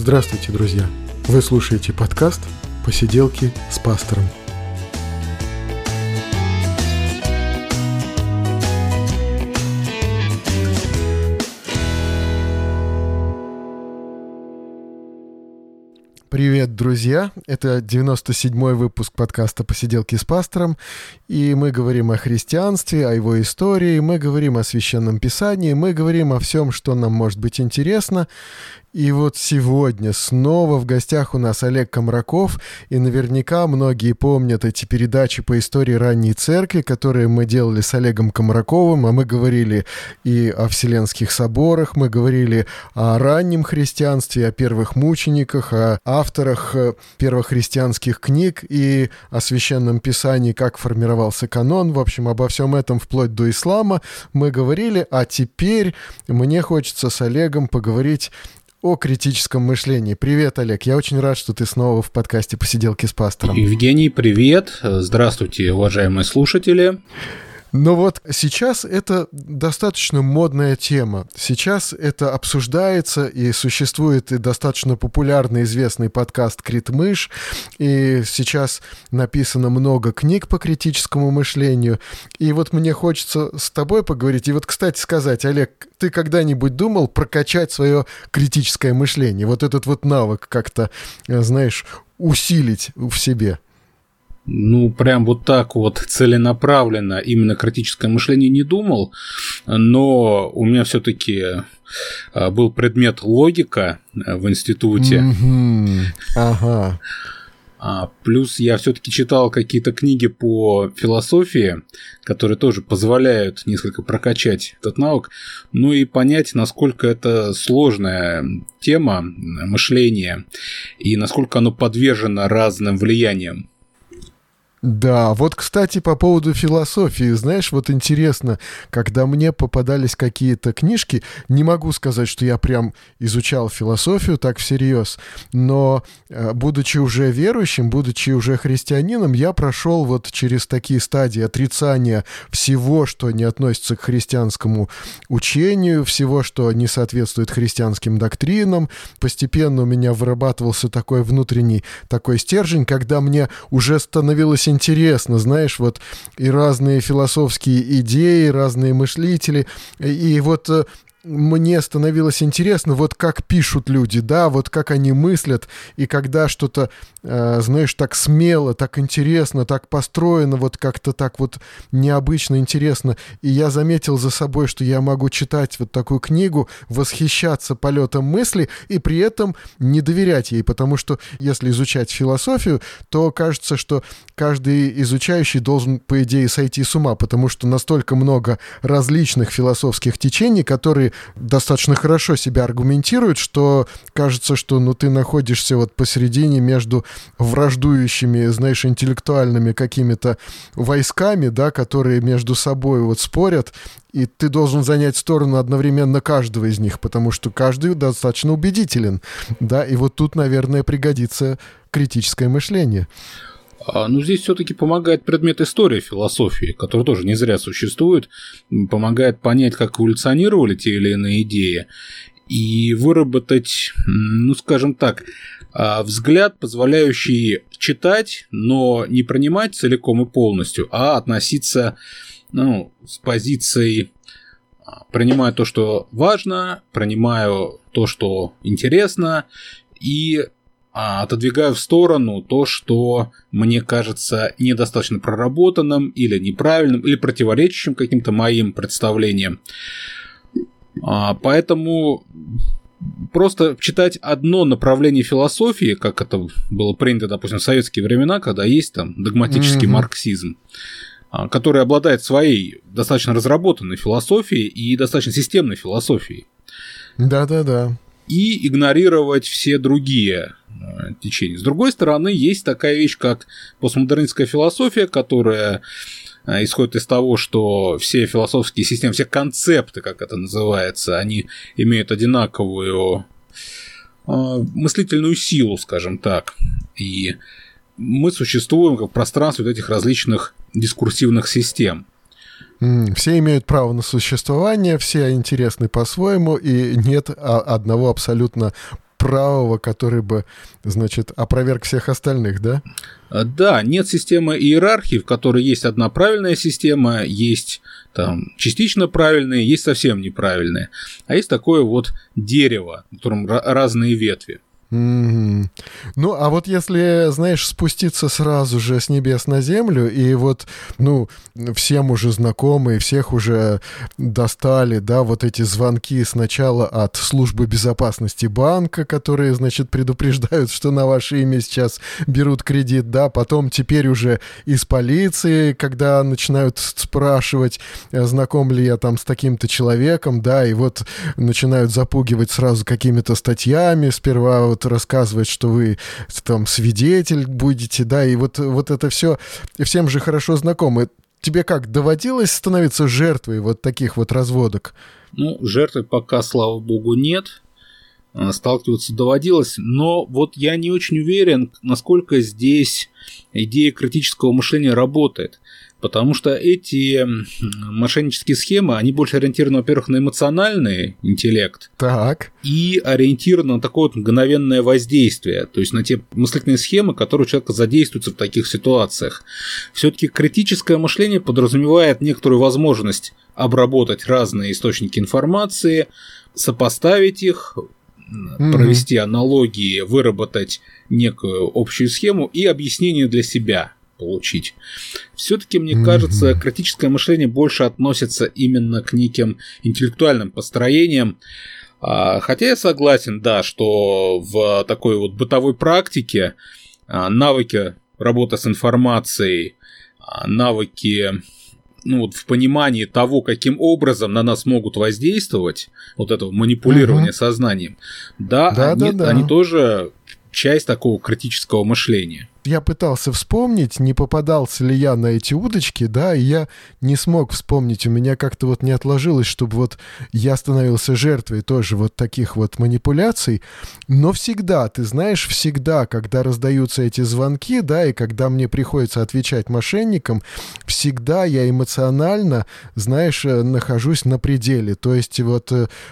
Здравствуйте, друзья! Вы слушаете подкаст «Посиделки с пастором». Привет, друзья! Это 97-й выпуск подкаста «Посиделки с пастором», и мы говорим о христианстве, о его истории, мы говорим о Священном Писании, мы говорим о всем, что нам может быть интересно. И вот сегодня снова в гостях у нас Олег Комраков, и наверняка многие помнят эти передачи по истории ранней церкви, которые мы делали с Олегом Комраковым, а мы говорили и о Вселенских соборах, мы говорили о раннем христианстве, о первых мучениках, о авторах первых христианских книг и о Священном Писании, как формировался канон, в общем, обо всем этом вплоть до ислама мы говорили, а теперь мне хочется с Олегом поговорить о критическом мышлении. Привет, Олег. Я очень рад, что ты снова в подкасте «Посиделки с пастором». Евгений, привет. Здравствуйте, уважаемые слушатели. Но вот сейчас это достаточно модная тема. Сейчас это обсуждается, и существует и достаточно популярный известный подкаст «Критмыш», и сейчас написано много книг по критическому мышлению. И вот мне хочется с тобой поговорить. И вот, кстати сказать, Олег, ты когда-нибудь думал прокачать свое критическое мышление? Вот этот вот навык как-то, знаешь, усилить в себе? Ну, прям вот так вот целенаправленно именно критическое мышление не думал, но у меня все-таки был предмет логика в институте. Ага. Плюс я все-таки читал какие-то книги по философии, которые тоже позволяют несколько прокачать этот навык, ну и понять, насколько это сложная тема мышления и насколько оно подвержено разным влияниям. Да, вот, кстати, по поводу философии, знаешь, вот интересно, когда мне попадались какие-то книжки, не могу сказать, что я прям изучал философию так всерьез, но, будучи уже верующим, будучи уже христианином, я прошел вот через такие стадии отрицания всего, что не относится к христианскому учению, всего, что не соответствует христианским доктринам. Постепенно у меня вырабатывался такой внутренний такой стержень, когда мне уже становилось интересно, знаешь, вот и разные философские идеи, разные мыслители, и вот мне становилось интересно, вот как пишут люди, да, вот как они мыслят, и когда что-то, знаешь, так смело, так интересно, так построено, вот как-то так вот необычно интересно, и я заметил за собой, что я могу читать вот такую книгу, восхищаться полетом мысли и при этом не доверять ей, потому что если изучать философию, то кажется, что каждый изучающий должен, по идее, сойти с ума, потому что настолько много различных философских течений, которые достаточно хорошо себя аргументируют, что кажется, что ты находишься вот посередине между враждующими, знаешь, интеллектуальными какими-то войсками, да, которые между собой вот спорят, и ты должен занять сторону одновременно каждого из них, потому что каждый достаточно убедителен, да, и вот тут, наверное, пригодится критическое мышление. Ну, здесь все-таки помогает предмет истории философии, который тоже не зря существует, помогает понять, как эволюционировали те или иные идеи, и выработать, ну, скажем так, взгляд, позволяющий читать, но не принимать целиком и полностью, а относиться, ну, с позицией принимаю то, что важно, принимаю то, что интересно, и отодвигаю в сторону то, что мне кажется недостаточно проработанным или неправильным, или противоречащим каким-то моим представлениям. Поэтому просто читать одно направление философии, как это было принято, допустим, в советские времена, когда есть там догматический марксизм, который обладает своей достаточно разработанной философией и достаточно системной философией. Да-да-да. И игнорировать все другие течения. С другой стороны, есть такая вещь, как постмодернистская философия, которая исходит из того, что все философские системы, все концепты, как это называется, они имеют одинаковую мыслительную силу, скажем так. И мы существуем как в пространстве вот этих различных дискурсивных систем. Все имеют право на существование, все интересны по-своему, и нет одного абсолютно правого, который бы, значит, опроверг всех остальных, да? Да, нет системы иерархии, в которой есть одна правильная система, есть там частично правильные, есть совсем неправильные. А есть такое вот дерево, в котором разные ветви. Mm-hmm. Ну, а вот если, знаешь, спуститься сразу же с небес на землю, и вот, ну, всем уже знакомые, всех уже достали, да, вот эти звонки сначала от службы безопасности банка, которые, значит, предупреждают, что на ваше имя сейчас берут кредит, да, потом теперь уже из полиции, когда начинают спрашивать, знаком ли я там с таким-то человеком, да, и вот начинают запугивать сразу какими-то статьями, сперва вот рассказывать, что вы там свидетель будете, да, и вот это все всем же хорошо знакомо. Тебе как, доводилось становиться жертвой вот таких вот разводок? Ну, жертвы пока, слава богу, нет. Сталкиваться доводилось, но вот я не очень уверен, насколько здесь идея критического мышления работает. Потому что эти мошеннические схемы, они больше ориентированы, во-первых, на эмоциональный интеллект. Так. И ориентированы на такое вот мгновенное воздействие. То есть на те мыслительные схемы, которые у человека задействуются в таких ситуациях. Все-таки критическое мышление подразумевает некоторую возможность обработать разные источники информации, сопоставить их, провести аналогии, выработать некую общую схему и объяснение для себя получить. Все-таки, мне кажется, критическое мышление больше относится именно к неким интеллектуальным построениям. Хотя я согласен, да, что в такой вот бытовой практике навыки работы с информацией, навыки, ну, вот в понимании того, каким образом на нас могут воздействовать, вот этого манипулирования сознанием, они тоже часть такого критического мышления. Я пытался вспомнить, не попадался ли я на эти удочки, да, и я не смог вспомнить, у меня как-то вот не отложилось, чтобы вот я становился жертвой тоже вот таких вот манипуляций, но всегда, ты знаешь, всегда, когда раздаются эти звонки, да, и когда мне приходится отвечать мошенникам, всегда я эмоционально, знаешь, нахожусь на пределе, то есть вот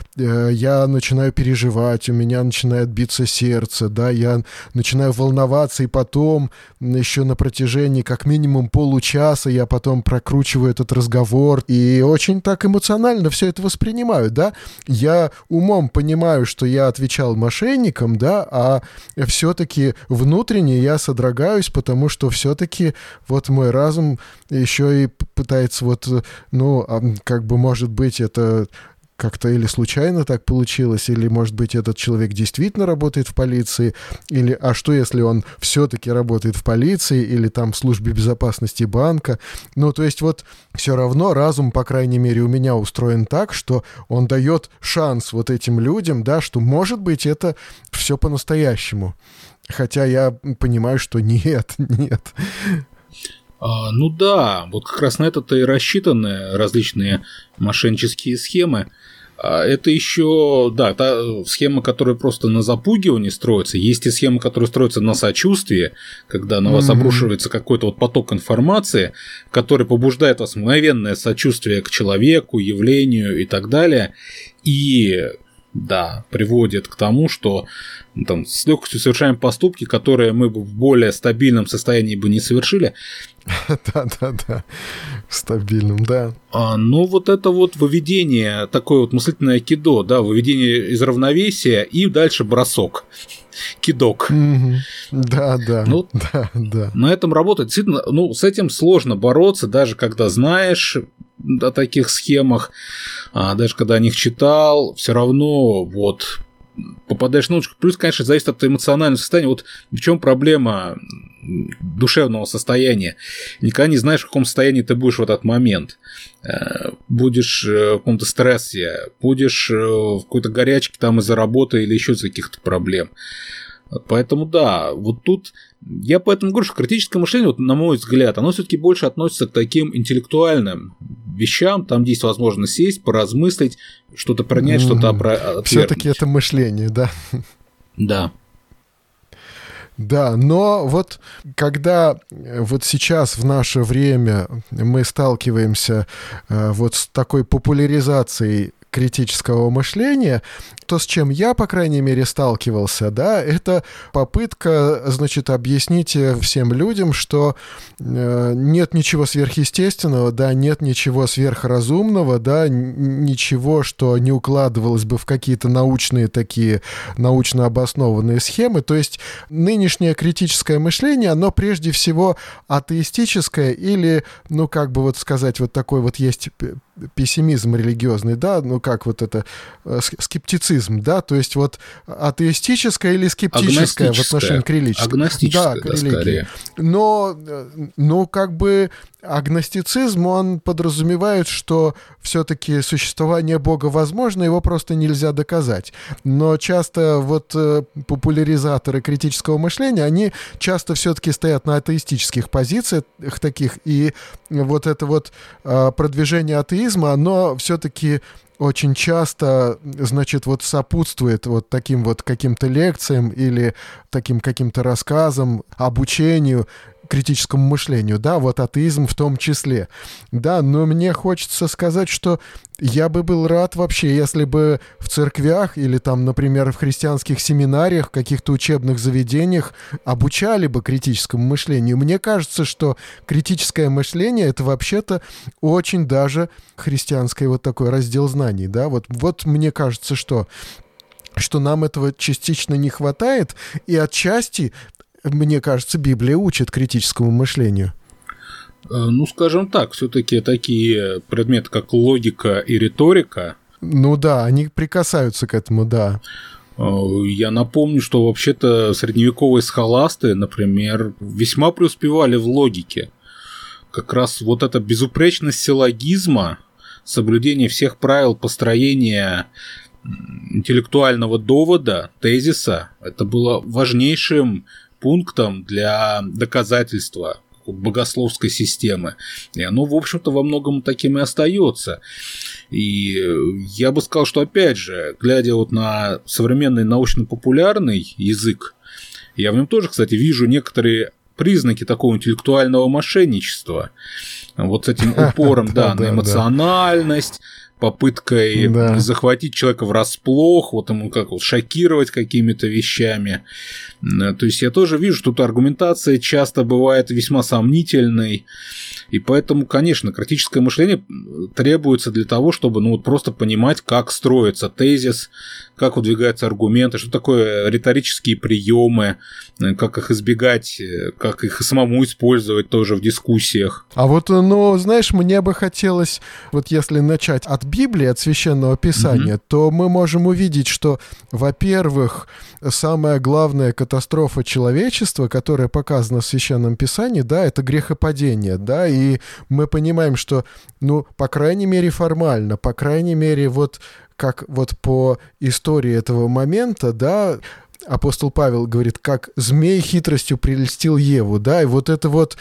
я начинаю переживать, у меня начинает биться сердце, да, я начинаю волноваться, и потом еще на протяжении как минимум получаса я потом прокручиваю этот разговор и очень так эмоционально все это воспринимаю, да. Я умом понимаю, что я отвечал мошенникам, да, а все-таки внутренне я содрогаюсь, потому что все-таки вот мой разум еще и пытается вот, ну, как бы, может быть, это как-то или случайно так получилось, или, может быть, этот человек действительно работает в полиции, или, а что, если он все-таки работает в полиции, или там в службе безопасности банка. Ну, то есть вот все равно разум, по крайней мере, у меня устроен так, что он дает шанс вот этим людям, да, что, может быть, это все по-настоящему. Хотя я понимаю, что нет. Ну да, вот как раз на это-то и рассчитаны различные мошеннические схемы. Это еще, да, та схема, которая просто на запугивании строится. Есть и схемы, которые строятся на сочувствии, когда на вас обрушивается какой-то вот поток информации, который побуждает вас мгновенное сочувствие к человеку, явлению и так далее. И да, приводит к тому, что там, с легкостью совершаем поступки, которые мы бы в более стабильном состоянии бы не совершили. Да, в стабильном, да. Ну, вот это вот выведение, такое вот мыслительное кидо, да, выведение из равновесия и дальше бросок. Кидок. Да. Ну, да. На этом работать. Действительно, ну, с этим сложно бороться, даже когда знаешь о таких схемах, даже когда о них читал, все равно вот попадаешь на удочку. Плюс, конечно, зависит от эмоционального состояния. Вот в чем проблема душевного состояния. Никогда не знаешь, в каком состоянии ты будешь в этот момент. Будешь в каком-то стрессе, будешь в какой-то горячке там из-за работы или еще из-за каких-то проблем. Поэтому да, вот тут я поэтому говорю, что критическое мышление, вот, на мой взгляд, оно все-таки больше относится к таким интеллектуальным вещам, там есть возможность сесть, поразмыслить, что-то принять, что-то отвергнуть. Все-таки это мышление, да. Да. Да, но вот когда вот сейчас в наше время мы сталкиваемся вот с такой популяризацией критического мышления, То, с чем я, по крайней мере, сталкивался, да, это попытка, значит, объяснить всем людям, что нет ничего сверхъестественного, да, нет ничего сверхразумного, да, ничего, что не укладывалось бы в какие-то научные такие, научно обоснованные схемы. То есть нынешнее критическое мышление, оно прежде всего атеистическое или, ну, как бы вот сказать, вот такой вот есть пессимизм религиозный, да, ну как вот это, скептицизм, да, то есть вот атеистическое или скептическое в отношении к религии. Агностическое, да, к религии. Скорее. Но как бы агностицизм, он подразумевает, что все-таки существование Бога возможно, его просто нельзя доказать. Но часто вот популяризаторы критического мышления, они часто все-таки стоят на атеистических позициях таких, и вот это вот продвижение атеизма, оно все-таки очень часто, значит, вот сопутствует вот таким вот каким-то лекциям или таким каким-то рассказам, обучению критическому мышлению, да, вот атеизм в том числе. Да, но мне хочется сказать, что я бы был рад вообще, если бы в церквях или там, например, в христианских семинариях, в каких-то учебных заведениях обучали бы критическому мышлению. Мне кажется, что критическое мышление — это вообще-то очень даже христианский вот такой раздел знаний, да, вот мне кажется, что нам этого частично не хватает, и отчасти, мне кажется, Библия учит критическому мышлению. Ну, скажем так, все-таки такие предметы, как логика и риторика. Ну да, они прикасаются к этому, да. Я напомню, что вообще-то средневековые схоласты, например, весьма преуспевали в логике. Как раз вот эта безупречность силлогизма, соблюдение всех правил построения интеллектуального довода, тезиса, это было важнейшим пунктом для доказательства богословской системы. И оно, в общем-то, во многом таким и остается. И я бы сказал, что, опять же, глядя вот на современный научно-популярный язык, я в нем тоже, кстати, вижу некоторые признаки такого интеллектуального мошенничества. Вот с этим упором, да, на эмоциональность, попыткой захватить человека врасплох, вот ему как вот шокировать какими-то вещами. То есть я тоже вижу, что тут аргументация часто бывает весьма сомнительной, и поэтому, конечно, критическое мышление требуется для того, чтобы ну, вот просто понимать, как строится тезис, как выдвигаются аргументы, что такое риторические приемы, как их избегать, как их самому использовать тоже в дискуссиях. А вот, ну, знаешь, мне бы хотелось, вот если начать от Библии, от Священного Писания, то мы можем увидеть, что, во-первых, самая главная катастрофа человечества, которая показана в Священном Писании, да, это грехопадение, да, и мы понимаем, что, ну, по крайней мере, формально, по крайней мере, вот как вот по истории этого момента, да, апостол Павел говорит, как змей хитростью прельстил Еву, да, и вот это вот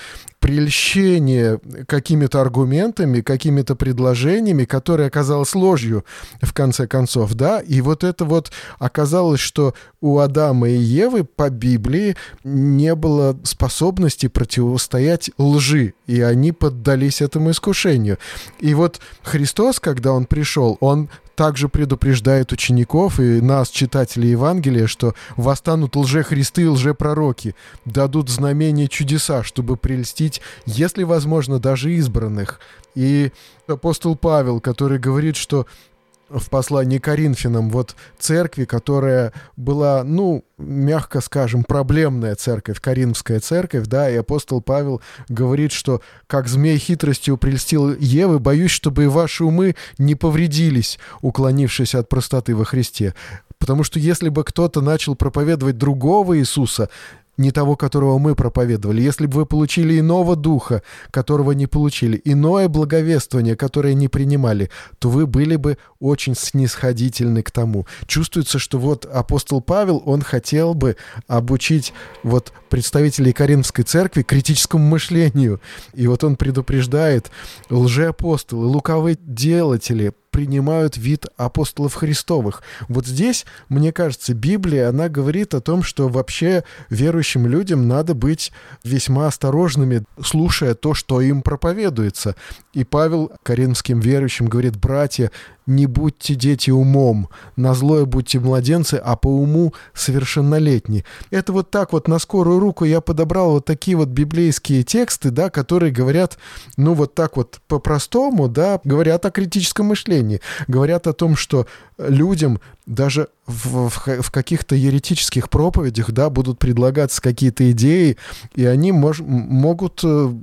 прельщение какими-то аргументами, какими-то предложениями, которое оказалось ложью в конце концов, да, и вот это вот оказалось, что у Адама и Евы по Библии не было способности противостоять лжи, и они поддались этому искушению. И вот Христос, когда Он пришел, Он также предупреждает учеников и нас, читателей Евангелия, что восстанут лжехристы и лжепророки, дадут знамения, чудеса, чтобы прельстить, если возможно, даже избранных. И апостол Павел, который говорит, что в послании к Коринфянам, вот церкви, которая была, ну, мягко скажем, проблемная церковь, Коринфская церковь, да, и апостол Павел говорит, что как змей хитростью прельстил Евы, боюсь, чтобы и ваши умы не повредились, уклонившись от простоты во Христе. Потому что если бы кто-то начал проповедовать другого Иисуса, не того, которого мы проповедовали, если бы вы получили иного духа, которого не получили, иное благовествование, которое не принимали, то вы были бы очень снисходительны к тому. Чувствуется, что вот апостол Павел, он хотел бы обучить вот представителей Коринфской церкви критическому мышлению. И вот он предупреждает: лжеапостолы, лукавые делатели принимают вид апостолов Христовых. Вот здесь, мне кажется, Библия, она говорит о том, что вообще верующим людям надо быть весьма осторожными, слушая то, что им проповедуется. И Павел коринфским верующим говорит: братья, не будьте дети умом, на злое будьте младенцы, а по уму совершеннолетние. Это вот так вот на скорую руку я подобрал вот такие вот библейские тексты, да, которые говорят, ну вот так вот по-простому, да, говорят о критическом мышлении, говорят о том, что людям даже в каких-то еретических проповедях, да, будут предлагаться какие-то идеи, и они могут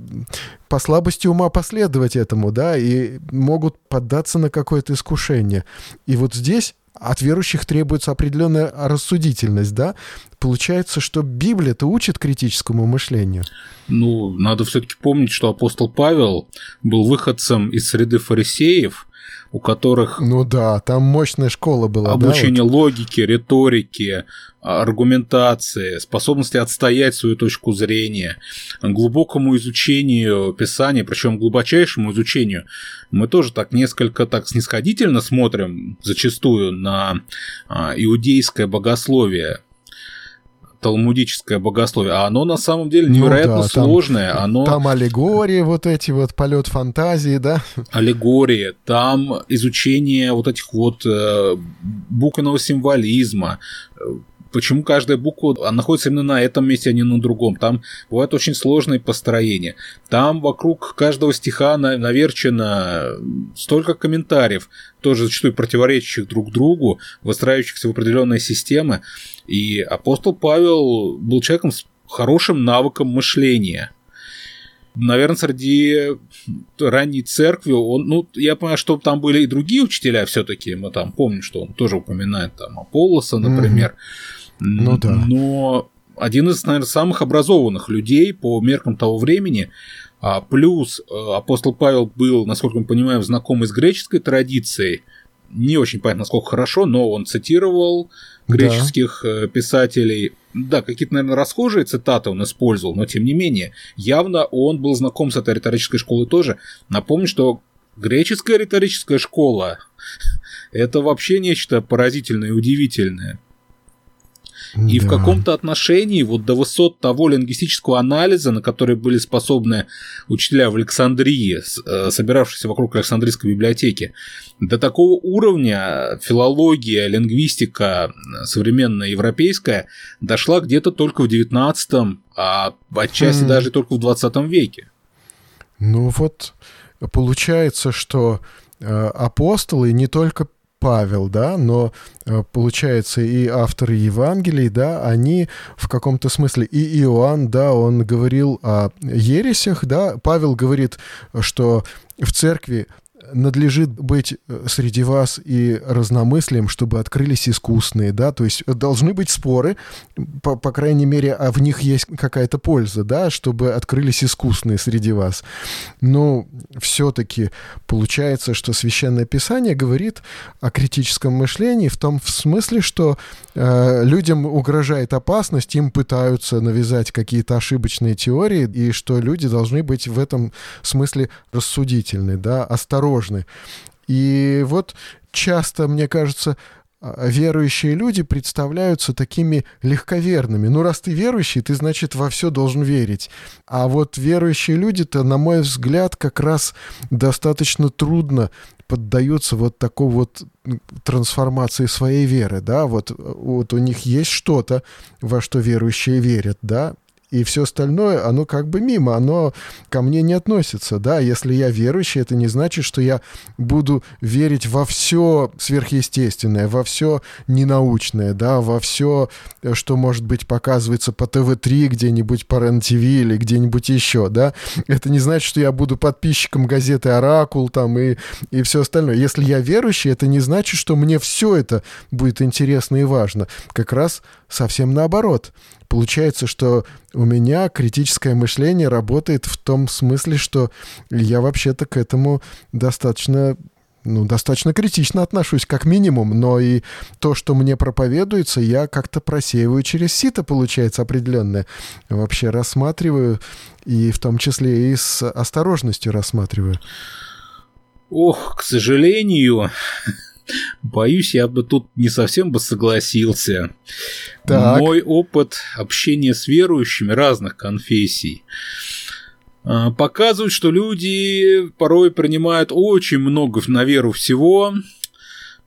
по слабости ума последовать этому, да, и могут поддаться на какое-то искушение. И вот здесь от верующих требуется определенная рассудительность, да. Получается, что Библия-то учит критическому мышлению. Ну, надо все-таки помнить, что апостол Павел был выходцем из среды фарисеев, у которых... Ну да, там мощная школа была. Обучение да, вот? логике, риторике, аргументации, способности отстоять свою точку зрения, глубокому изучению Писания, причем глубочайшему изучению. Мы тоже так несколько так снисходительно смотрим зачастую на иудейское богословие, талмудическое богословие, а оно на самом деле невероятно сложное. Там аллегории, вот эти вот, полет фантазии, да? Аллегории, там изучение вот этих вот буквенного символизма. Почему каждая буква находится именно на этом месте, а не на другом. Там бывают очень сложные построения. Там вокруг каждого стиха наверчено столько комментариев, тоже зачастую противоречащих друг другу, выстраивающихся в определенные системы. И апостол Павел был человеком с хорошим навыком мышления. Наверное, среди ранней церкви я понимаю, что там были и другие учителя все-таки. Мы там помним, что он тоже упоминает там Аполлоса, например. Ну да. Но один из, наверное, самых образованных людей по меркам того времени. Плюс апостол Павел был, насколько мы понимаем, знаком и с греческой традицией. Не очень понятно, насколько хорошо, но он цитировал греческих писателей. Да, какие-то, наверное, расхожие цитаты он использовал, но тем не менее, явно он был знаком с этой риторической школой тоже. Напомню, что греческая риторическая школа – это вообще нечто поразительное и удивительное. И в каком-то отношении вот до высот того лингвистического анализа, на который были способны учителя в Александрии, собиравшиеся вокруг Александрийской библиотеки, до такого уровня филология, лингвистика современная европейская дошла где-то только в XIX, а отчасти даже только в XX веке. Ну вот получается, что апостолы не только Павел, да, но получается и авторы Евангелий, да, они в каком-то смысле, и Иоанн, да, он говорил о ересях, да, Павел говорит, что в церкви надлежит быть среди вас и разномыслием, чтобы открылись искусные, да, то есть должны быть споры, по крайней мере, а в них есть какая-то польза, да, чтобы открылись искусные среди вас. Но все-таки получается, что Священное Писание говорит о критическом мышлении в том смысле, что людям угрожает опасность, им пытаются навязать какие-то ошибочные теории, и что люди должны быть в этом смысле рассудительны, да, осторожны. И вот часто, мне кажется, верующие люди представляются такими легковерными. Ну, раз ты верующий, ты, значит, во все должен верить. А вот верующие люди-то, на мой взгляд, как раз достаточно трудно поддаются вот такой вот трансформации своей веры, да, вот у них есть что-то, во что верующие верят, да, и все остальное, оно как бы мимо, оно ко мне не относится, да. Если я верующий, это не значит, что я буду верить во все сверхъестественное, во все ненаучное, да, во все, что, может быть, показывается по ТВ-3 где-нибудь, по РЕН-ТВ или где-нибудь еще, да. Это не значит, что я буду подписчиком газеты «Оракул» там и все остальное. Если я верующий, это не значит, что мне все это будет интересно и важно. Как раз совсем наоборот. Получается, что у меня критическое мышление работает в том смысле, что я вообще-то к этому достаточно критично отношусь, как минимум, но и то, что мне проповедуется, я как-то просеиваю через сито, получается, определенное. Вообще рассматриваю, и в том числе и с осторожностью рассматриваю. Ох, к сожалению... Боюсь, я бы тут не совсем бы согласился. Так. Мой опыт общения с верующими разных конфессий показывает, что люди порой принимают очень много на веру всего,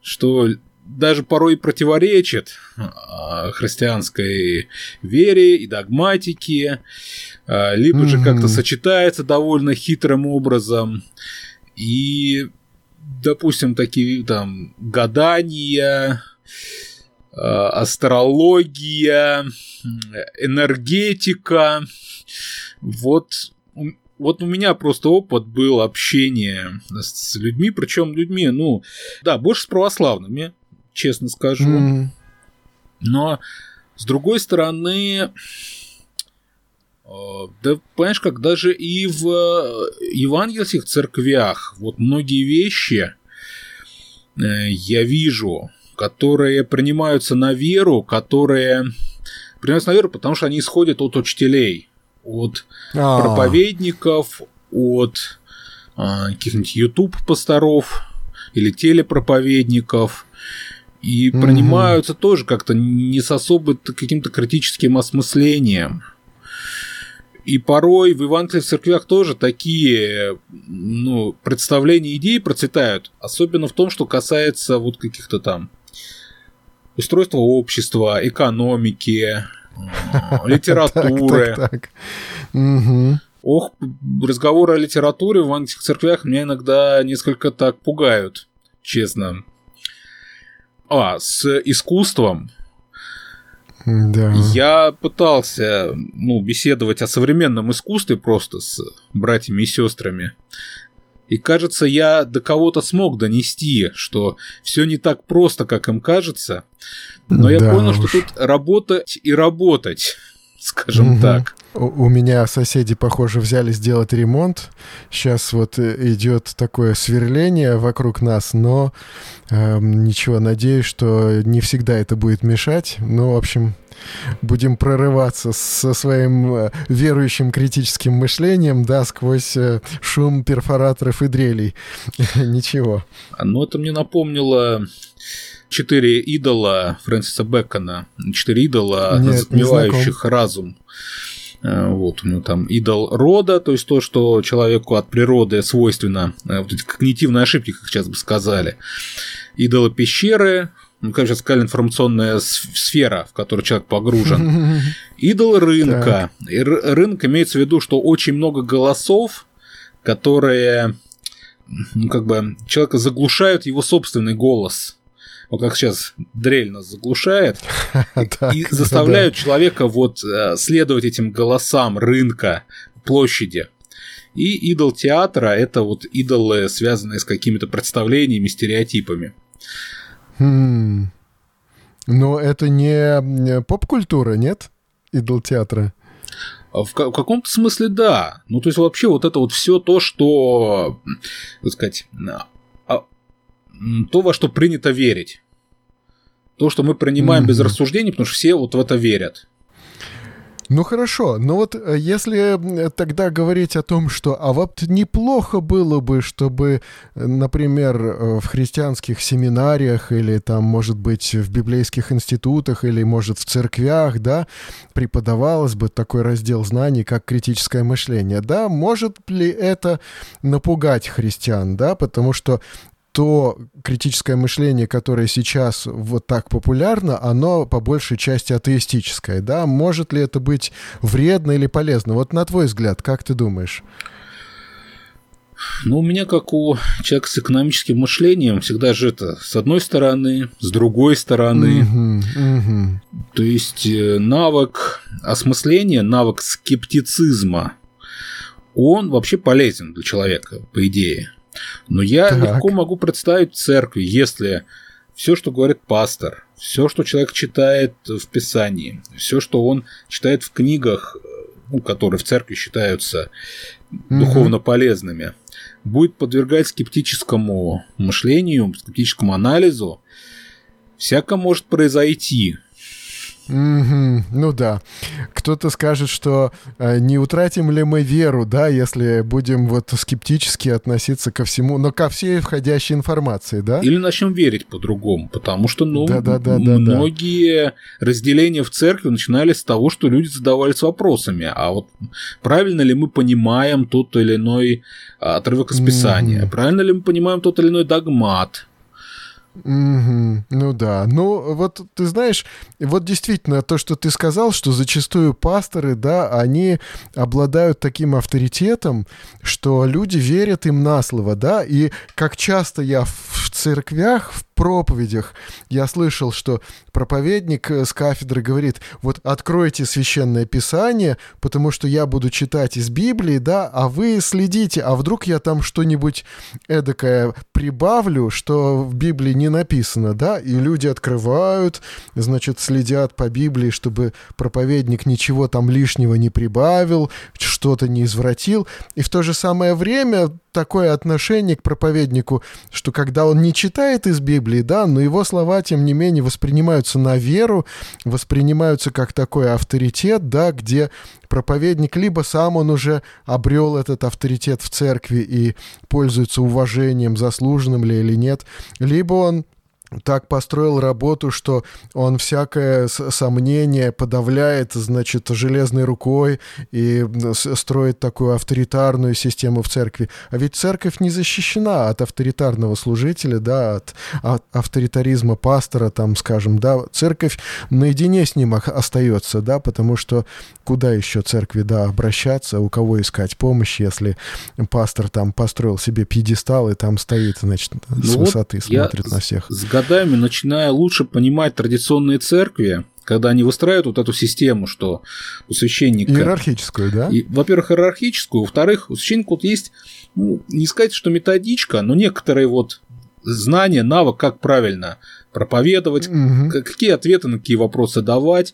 что даже порой противоречит христианской вере и догматике, либо же как-то сочетается довольно хитрым образом. И, допустим, такие там гадания, астрология, энергетика. Вот у меня просто опыт был общения с людьми, причем людьми, больше с православными, честно скажу. Но, с другой стороны, да, понимаешь, как даже и в евангельских церквях вот многие вещи я вижу, которые принимаются на веру, потому что они исходят от учителей, от проповедников, от каких-нибудь YouTube-пасторов или телепроповедников, и принимаются тоже как-то не с особо каким-то критическим осмыслением. И порой в евангельских церквях тоже такие представления, идеи процветают, особенно в том, что касается вот каких-то там устройства общества, экономики, литературы. Разговоры о литературе в евангельских церквях меня иногда несколько так пугают, честно. С искусством. Да. Я пытался беседовать о современном искусстве просто с братьями и сестрами. И кажется, я до кого-то смог донести, что все не так просто, как им кажется. Но я понял, что тут работать и работать, скажем так. У меня соседи, похоже, взялись делать ремонт. Сейчас вот идет такое сверление вокруг нас, но ничего, надеюсь, что не всегда это будет мешать. Ну, в общем, будем прорываться со своим верующим критическим мышлением, да, сквозь шум перфораторов и дрелей. Ничего. Это мне напомнило 4 идола Фрэнсиса Бэкона. 4 идола, затмевающих разум. Вот у него там идол рода, то есть то, что человеку от природы свойственно, вот эти когнитивные ошибки, как сейчас бы сказали. Идолы пещеры, как сейчас сказали, информационная сфера, в которую человек погружен. Идол рынка. И рынок имеется в виду, что очень много голосов, которые человека заглушают его собственный голос. Вот как сейчас дрель нас заглушает, и заставляют человека следовать этим голосам рынка, площади. И идол театра – это вот идолы, связанные с какими-то представлениями, стереотипами. Но это не поп-культура, нет? Идол театра? В каком-то смысле да. То есть вообще вот это вот все то, что, так сказать, то, во что принято верить. То, что мы принимаем без рассуждений, потому что все вот в это верят. Ну хорошо, но вот если тогда говорить о том, что вот неплохо было бы, чтобы, например, в христианских семинариях или там, может быть, в библейских институтах или, может, в церквях, да, преподавалось бы такой раздел знаний, как критическое мышление, да, может ли это напугать христиан, да, потому что то критическое мышление, которое сейчас вот так популярно, оно по большей части атеистическое, да? Может ли это быть вредно или полезно? Вот на твой взгляд, как ты думаешь? У меня, как у человека с экономическим мышлением, всегда же это с одной стороны, с другой стороны. То есть навык осмысления, навык скептицизма, он вообще полезен для человека, по идее. Но я легко могу представить в церкви, если все, что говорит пастор, все, что человек читает в Писании, все, что он читает в книгах, которые в церкви считаются духовно полезными, будет подвергать скептическому мышлению, скептическому анализу, всякое может произойти. Ну да. Кто-то скажет, что не утратим ли мы веру, да, если будем вот скептически относиться ко всему, но ко всей входящей информации, да? Или начнем верить по-другому, потому что, многие разделения в церкви начинались с того, что люди задавались вопросами, а вот правильно ли мы понимаем тот или иной отрывок из Писания, правильно ли мы понимаем тот или иной догмат. Ну да, ну вот ты знаешь, вот действительно то, что ты сказал, что зачастую пасторы, да, они обладают таким авторитетом, что люди верят им на слово, да, и как часто я в церквях, в проповедях я слышал, что проповедник с кафедры говорит: вот откройте Священное Писание, потому что я буду читать из Библии, да, а вы следите, а вдруг я там что-нибудь эдакое прибавлю, что в Библии не написано, да, и люди открывают, значит, следят по Библии, чтобы проповедник ничего там лишнего не прибавил, что-то не извратил, и в то же самое время такое отношение к проповеднику, что когда он не читает из Библии, да, но его слова, тем не менее, воспринимаются на веру, воспринимаются как такой авторитет, да, где проповедник либо сам он уже обрел этот авторитет в церкви и пользуется уважением, заслуженным ли или нет, либо он так построил работу, что он всякое сомнение подавляет, значит, железной рукой и строит такую авторитарную систему в церкви. А ведь церковь не защищена от авторитарного служителя, да, от авторитаризма пастора, там, скажем, да. Церковь наедине с ним остается, да, потому что куда еще церкви, да, обращаться, у кого искать помощь, если пастор там построил себе пьедестал и там стоит, значит, с высоты смотрит на всех. С годами начинаю лучше понимать традиционные церкви, когда они выстраивают вот эту систему, что у священника... Иерархическую, да? Во-первых, иерархическую, во-вторых, у священника вот есть, ну, не сказать, что методичка, но некоторые вот знания, навык, как правильно проповедовать, какие ответы на какие вопросы давать.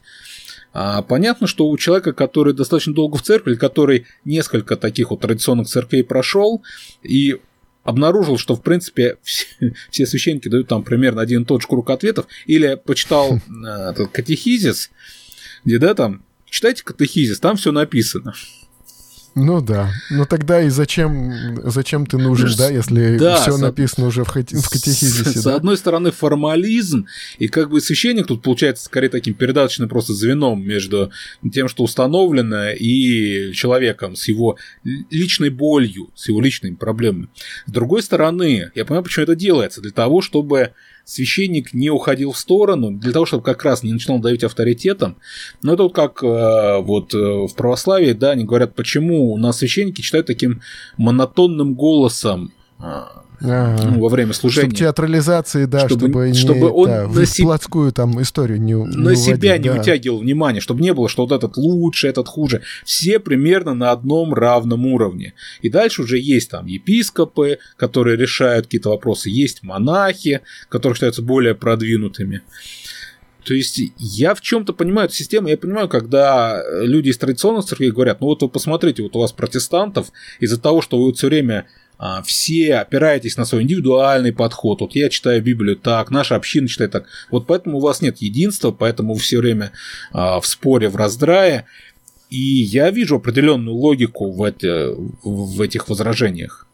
Понятно, что у человека, который достаточно долго в церкви, который несколько таких вот традиционных церквей прошел и обнаружил, что, в принципе, все священники дают там примерно один и тот же круг ответов, или почитал этот катехизис, где, да, там, читайте катехизис, там все написано. Ну да, но тогда и зачем ты нужен, да, если да, все написано уже в катехизисе. С одной стороны, формализм, и как бы священник тут получается скорее таким передаточным просто звеном между тем, что установлено, и человеком с его личной болью, с его личными проблемами. С другой стороны, я понимаю, почему это делается, для того, чтобы священник не уходил в сторону, для того, чтобы как раз не начинал давить авторитетом. Но это вот как вот в православии, да, они говорят, почему у нас священники читают таким монотонным голосом во время служения. Чтобы театрализации, да, чтобы он да, в плотскую там историю не на себя не вытягивал внимание, чтобы не было, что вот этот лучше, этот хуже. Все примерно на одном равном уровне. И дальше уже есть там епископы, которые решают какие-то вопросы, есть монахи, которые считаются более продвинутыми. То есть я в чем-то понимаю эту систему, я понимаю, когда люди из традиционных церквей говорят, ну вот вы посмотрите, вот у вас протестантов, из-за того, что вы вот все время все опираетесь на свой индивидуальный подход, вот я читаю Библию так, наша община читает так, вот поэтому у вас нет единства, поэтому вы все время в споре, в раздрае, и я вижу определенную логику в этих возражениях.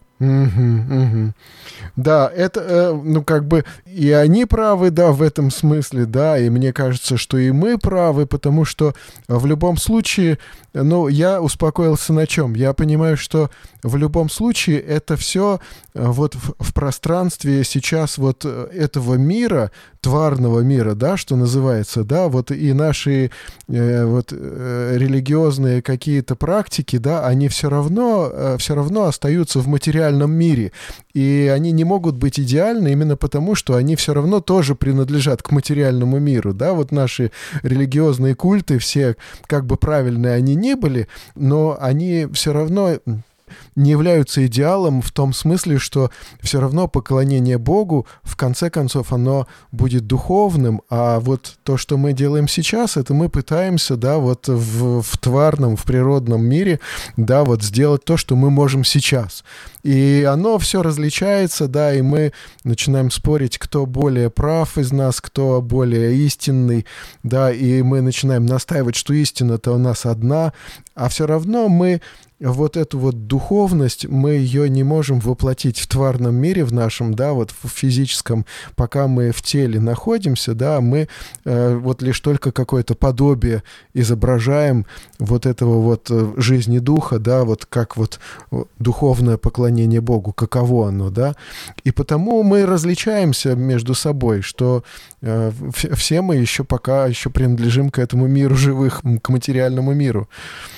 Да, это, ну, как бы, и они правы, да, в этом смысле, да, и мне кажется, что и мы правы, потому что в любом случае, ну, я успокоился на чем? Я понимаю, что в любом случае это все вот в пространстве сейчас вот этого мира, тварного мира, да, что называется, да, вот и наши вот религиозные какие-то практики, да, они все равно остаются в материальном мире, и они не могут быть идеальны именно потому, что они все равно тоже принадлежат к материальному миру, да, вот наши религиозные культы, все как бы правильные они ни были, но они все равно не являются идеалом в том смысле, что все равно поклонение Богу, в конце концов, оно будет духовным, а вот то, что мы делаем сейчас, это мы пытаемся, да, вот в тварном, в природном мире, да, вот сделать то, что мы можем сейчас. И оно все различается, да, и мы начинаем спорить, кто более прав из нас, кто более истинный, да, и мы начинаем настаивать, что истина-то у нас одна, а все равно мы вот эту вот духовность, мы ее не можем воплотить в тварном мире в нашем, да, вот в физическом, пока мы в теле находимся, да, мы вот лишь только какое-то подобие изображаем вот этого вот жизни духа, да, вот как вот духовное поклонение Богу, каково оно, да, и потому мы различаемся между собой, что все мы еще пока еще принадлежим к этому миру живых, к материальному миру.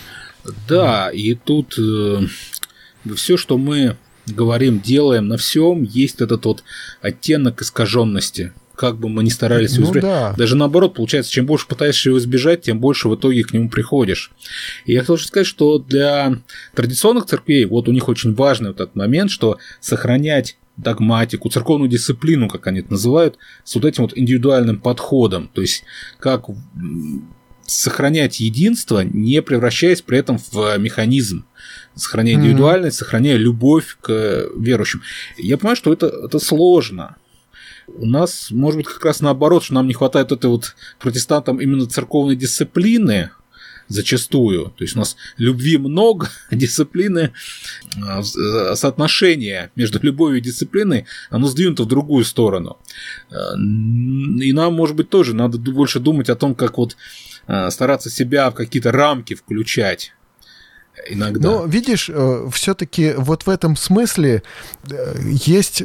Да, и тут все, что мы говорим, делаем на всем, есть этот вот оттенок искаженности. Как бы мы ни старались его избежать. Да. Даже наоборот, получается, чем больше пытаешься его избежать, тем больше в итоге к нему приходишь. И я хотел сказать, что для традиционных церквей, вот у них очень важный вот этот момент, что сохранять догматику, церковную дисциплину, как они это называют, с вот этим вот индивидуальным подходом. То есть, как сохранять единство, не превращаясь при этом в механизм, сохраняя индивидуальность, сохраняя любовь к верующим. Я понимаю, что это сложно. У нас, может быть, как раз наоборот, что нам не хватает этой вот протестантам именно церковной дисциплины зачастую. То есть у нас любви много, дисциплины, соотношение между любовью и дисциплиной, оно сдвинуто в другую сторону. И нам, может быть, тоже надо больше думать о том, как вот стараться себя в какие-то рамки включать иногда. Но, видишь, все-таки вот в этом смысле есть...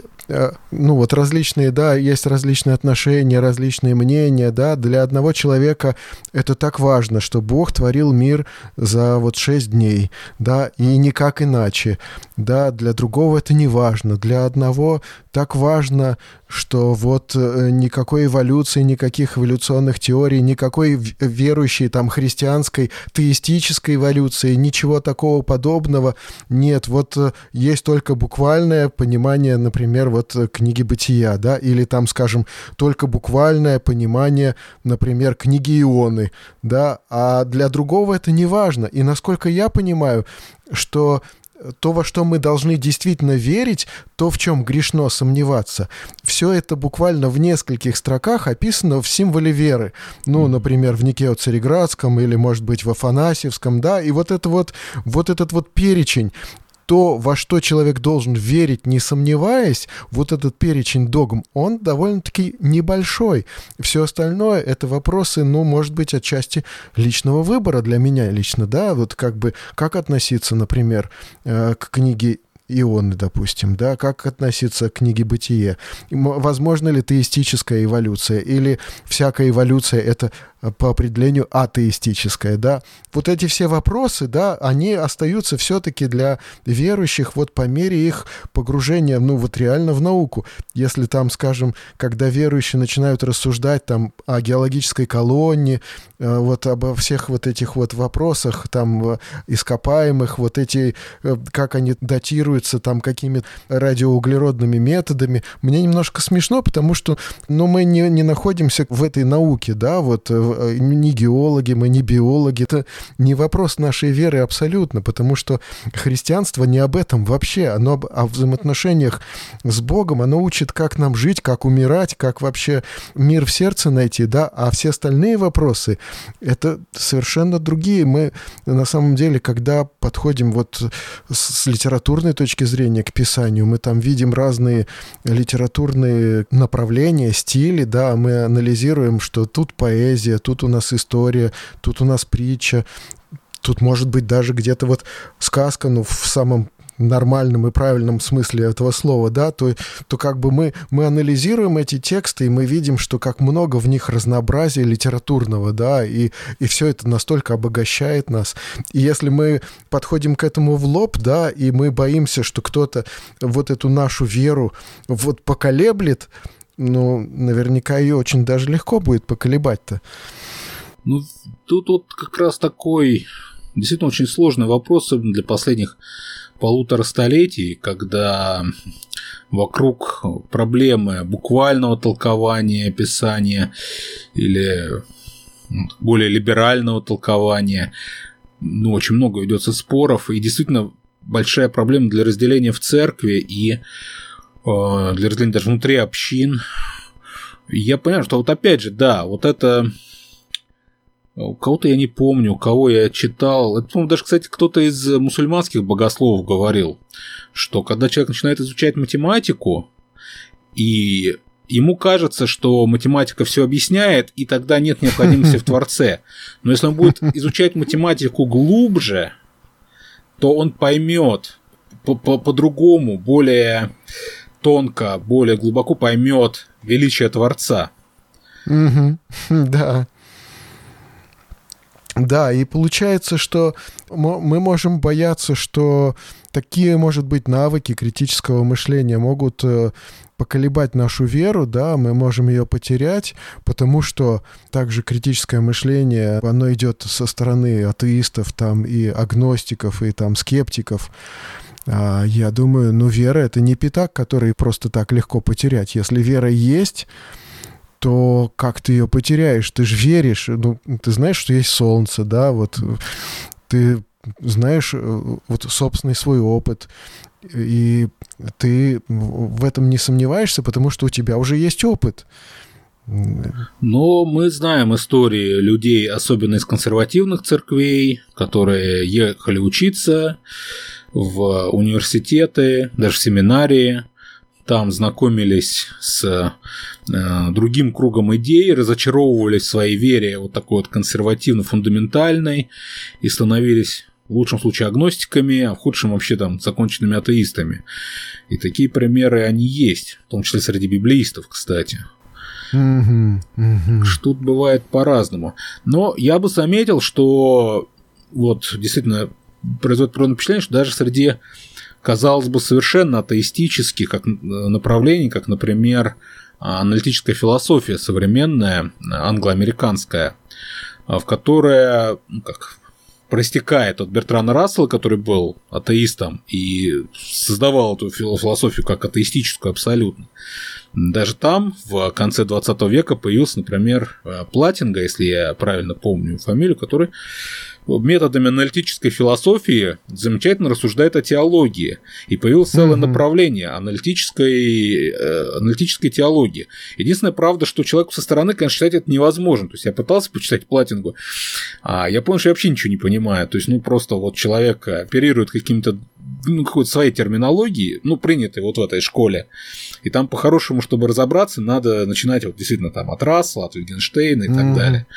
Ну вот различные, да, есть различные отношения, различные мнения, да, для одного человека это так важно, что Бог творил мир за вот 6 дней, да, и никак иначе, да, для другого это не важно, для одного так важно, что вот никакой эволюции, никаких эволюционных теорий, никакой верующей там христианской, теистической эволюции, ничего такого подобного нет, вот есть только буквальное понимание, например, вот книги Бытия, да, или там, скажем, только буквальное понимание, например, книги Ионы, да, а для другого это не важно. И насколько я понимаю, что то, во что мы должны действительно верить, то, в чем грешно сомневаться, все это буквально в нескольких строках описано в символе веры. Ну, например, в Никео-Цареградском или, может быть, в Афанасьевском, да, и вот этот вот перечень, то, во что человек должен верить, не сомневаясь, вот этот перечень догм, он довольно-таки небольшой. Все остальное — это вопросы, ну, может быть, отчасти личного выбора для меня лично, да, вот как бы, как относиться, например, к книге Ионы, допустим, да, как относиться к книге «Бытие». Возможно ли теистическая эволюция, или всякая эволюция — это по определению атеистическая, да. Вот эти все вопросы, да, они остаются все-таки для верующих вот по мере их погружения, ну, вот реально в науку. Если там, скажем, когда верующие начинают рассуждать там о геологической колонне, вот обо всех вот этих вот вопросах там ископаемых, вот эти, как они датируются там какими-то радиоуглеродными методами, мне немножко смешно, потому что, ну, мы не находимся в этой науке, да, вот не геологи, мы не биологи. Это не вопрос нашей веры абсолютно, потому что христианство не об этом вообще. Оно о взаимоотношениях с Богом, оно учит, как нам жить, как умирать, как вообще мир в сердце найти, да, а все остальные вопросы — это совершенно другие. Мы, на самом деле, когда подходим вот с литературной точки зрения к Писанию, мы там видим разные литературные направления, стили, да, мы анализируем, что тут поэзия, тут у нас история, тут у нас притча, тут может быть даже где-то вот сказка, ну, в самом нормальном и правильном смысле этого слова, да, то как бы мы анализируем эти тексты, и мы видим, что как много в них разнообразия литературного, да, и все это настолько обогащает нас. И если мы подходим к этому в лоб, да, и мы боимся, что кто-то вот эту нашу веру вот поколеблет, ну, наверняка ее очень даже легко будет поколебать-то. Ну, тут вот как раз такой действительно очень сложный вопрос, особенно для последних 1,5 столетий, когда вокруг проблемы буквального толкования Писания или более либерального толкования, ну, очень много ведется споров, и действительно большая проблема для разделения в церкви и для разделения даже внутри общин. Я понимаю, что вот опять же, да, вот это У кого-то я не помню, у кого я читал. Это, по-моему, даже, кстати, кто-то из мусульманских богословов говорил, что когда человек начинает изучать математику, и ему кажется, что математика все объясняет, и тогда нет необходимости в Творце. Но если он будет изучать математику глубже, то он поймет по-другому, более тонко, более глубоко поймет величие Творца. Да. Да, и получается, что мы можем бояться, что такие, может быть, навыки критического мышления могут поколебать нашу веру, да, мы можем ее потерять, потому что также критическое мышление, оно идет со стороны атеистов там, и агностиков, и там, скептиков. Я думаю, вера — это не пятак, который просто так легко потерять. Если вера есть, то как ты ее потеряешь? Ты же веришь, ты знаешь, что есть солнце, да, вот ты знаешь вот собственный свой опыт, и ты в этом не сомневаешься, потому что у тебя уже есть опыт. Но мы знаем истории людей, особенно из консервативных церквей, которые ехали учиться в университеты, даже в семинарии, там знакомились с другим кругом идей, разочаровывались в своей вере вот такой вот консервативно-фундаментальной и становились в лучшем случае агностиками, а в худшем вообще там законченными атеистами. И такие примеры они есть, в том числе среди библеистов, кстати. Тут бывает по-разному. Но я бы заметил, что вот действительно производит природное впечатление, что даже среди, казалось бы, совершенно атеистических как направлений, как, например, аналитическая философия современная, англо-американская, в которой проистекает от Бертрана Рассела, который был атеистом и создавал эту философию как атеистическую абсолютно. Даже там в конце 20 века появился, например, Платинга, если я правильно помню фамилию, который методами аналитической философии замечательно рассуждает о теологии. И появилось целое направление аналитической теологии. Единственная правда, что человеку со стороны, конечно, читать это невозможно. То есть я пытался почитать Платингу, а я понял, что я вообще ничего не понимаю. То есть, просто вот человек оперирует какими-то какой-то своей терминологией, принятой вот в этой школе. И там, по-хорошему, чтобы разобраться, надо начинать вот действительно там от Рассела, от Wittgensteina и так далее.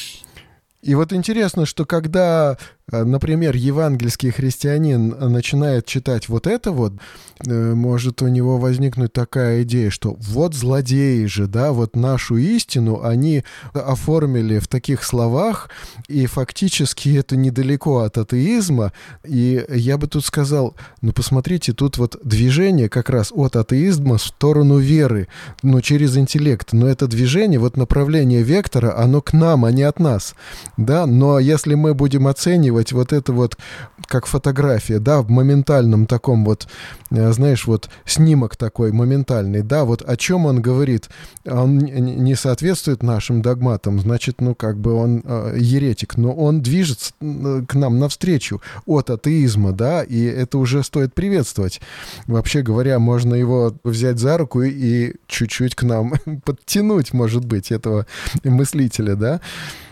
И вот интересно, что когда, например, евангельский христианин начинает читать вот это вот, может у него возникнуть такая идея, что вот злодеи же, да, вот нашу истину они оформили в таких словах, и фактически это недалеко от атеизма. И я бы тут сказал, посмотрите, тут вот движение как раз от атеизма в сторону веры, через интеллект. Но это движение, вот направление вектора, оно к нам, а не от нас. Да, но если мы будем оценивать вот это вот как фотография, да, в моментальном таком вот, знаешь, вот снимок такой моментальный, да, вот о чем он говорит, он не соответствует нашим догматам, значит, он еретик, но он движется к нам навстречу от атеизма, да, и это уже стоит приветствовать. Вообще говоря, можно его взять за руку и чуть-чуть к нам подтянуть, может быть, этого мыслителя, да.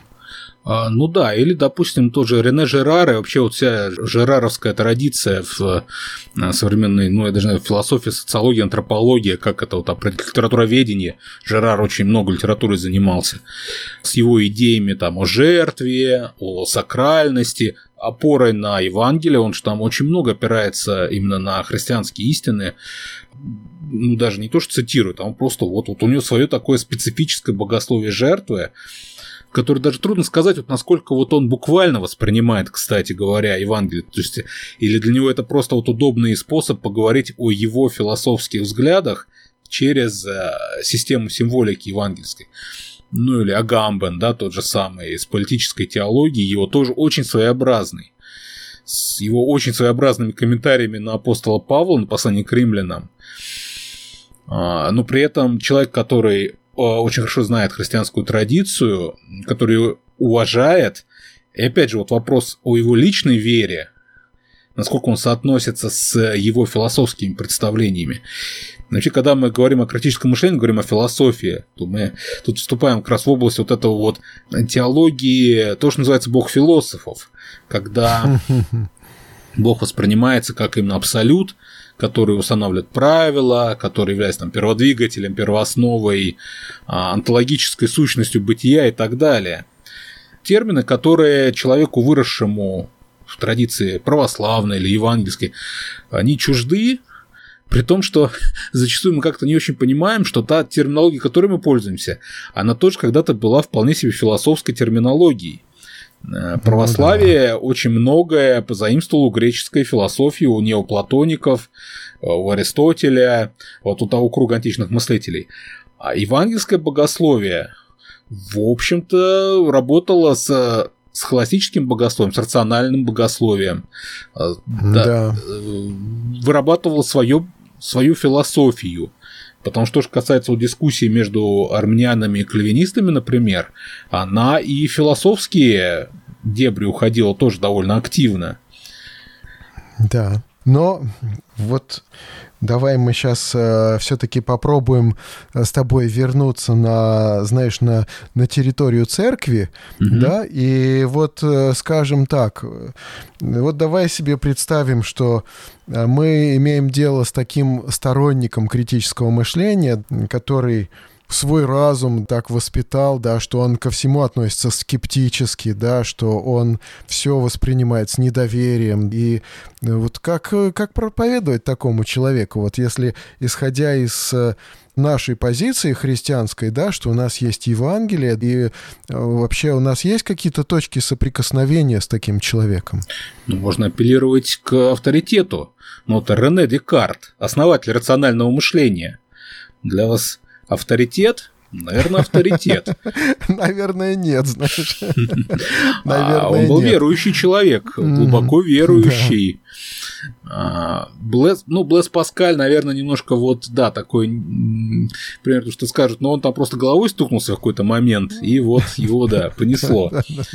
Или, допустим, тот же Рене Жерар, и вообще вот вся жераровская традиция в современной, я даже знаю, философии, социологии, антропологии, как это вот литературоведение. Жерар очень много литературой занимался. С его идеями там о жертве, о сакральности, опорой на Евангелие, он же там очень много опирается именно на христианские истины. Даже не то, что цитирует, а он просто вот у него свое такое специфическое богословие жертвы, который даже трудно сказать, вот насколько вот он буквально воспринимает, кстати говоря, Евангелие. То есть, или для него это просто вот удобный способ поговорить о его философских взглядах через систему символики евангельской. Или Агамбен, да, тот же самый, из политической теологии, его тоже очень своеобразный. С его очень своеобразными комментариями на апостола Павла, на послание к римлянам. Но при этом человек, который очень хорошо знает христианскую традицию, который ее уважает. И опять же, вот вопрос о его личной вере, насколько он соотносится с его философскими представлениями. Вообще, когда мы говорим о критическом мышлении, говорим о философии, то мы тут вступаем как раз в область вот этого вот теологии, то, что называется бог философов, когда Бог воспринимается как именно абсолют, который устанавливает правила, который является там перводвигателем, первоосновой, онтологической сущностью бытия и так далее. Термины, которые человеку, выросшему в традиции православной или евангельской, они чужды, при том, что зачастую мы как-то не очень понимаем, что та терминология, которой мы пользуемся, она тоже когда-то была вполне себе философской терминологией. Православие очень многое позаимствовало у греческой философии, у неоплатоников, у Аристотеля, вот у того круга античных мыслителей. А евангельское богословие, в общем-то, работало с классическим богословием, с рациональным богословием, да. Вырабатывало свою философию. Потому что, что касается дискуссии между армянами и кальвинистами, например, она и философские дебри уходила тоже довольно активно. Да, но вот давай мы сейчас все-таки попробуем с тобой вернуться на, знаешь, на территорию церкви, да, и вот скажем так, вот давай себе представим, что мы имеем дело с таким сторонником критического мышления, который свой разум так воспитал, да, что он ко всему относится скептически, да, что он все воспринимает с недоверием. И вот как проповедовать такому человеку? Вот если, исходя из нашей позиции христианской, да, что у нас есть Евангелие, и вообще у нас есть какие-то точки соприкосновения с таким человеком? Ну, можно апеллировать к авторитету. Ну, это Рене Декарт, основатель рационального мышления. Для вас авторитет? Наверное, авторитет. Наверное, нет, знаешь. Он был верующий человек, глубоко верующий. Блэс Паскаль, наверное, немножко вот, да, такой, примерно, что скажут, но он там просто головой стукнулся в какой-то момент, и вот его, да, понесло.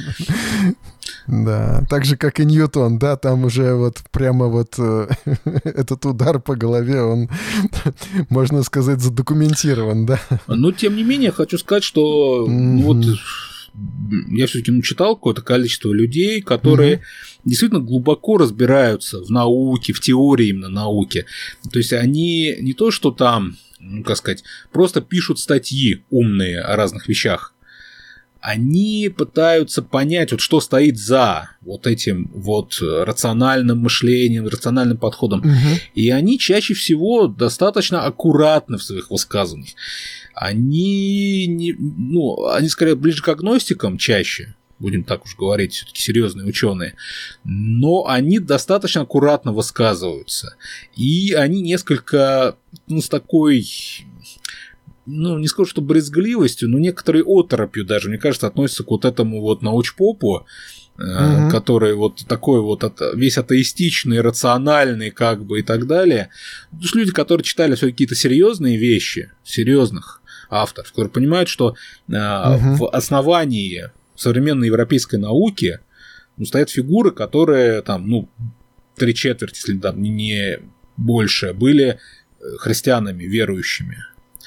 Да, так же, как и Ньютон, да, там уже вот прямо вот этот удар по голове, он, можно сказать, задокументирован, да. Но, тем не менее, хочу сказать, что вот я все-таки читал какое-то количество людей, которые действительно глубоко разбираются в науке, в теории именно науки. То есть они не то, что там, как сказать, просто пишут статьи умные о разных вещах. Они пытаются понять, вот что стоит за вот этим вот рациональным мышлением, рациональным подходом. И они чаще всего достаточно аккуратны в своих высказываниях. Они скорее ближе к агностикам чаще, будем так уж говорить, все-таки серьезные ученые, но они достаточно аккуратно высказываются. И они несколько, с такой, не скажу, что брезгливостью, но некоторой оторопью даже, мне кажется, относятся к вот этому вот научпопу, который вот такой вот весь атеистичный, рациональный, как бы и так далее. Потому что люди, которые читали все какие-то серьезные вещи, серьезных авторов, которые понимают, что в основании современной европейской науки стоят фигуры, которые там, 3/4, если там не больше, были христианами, верующими.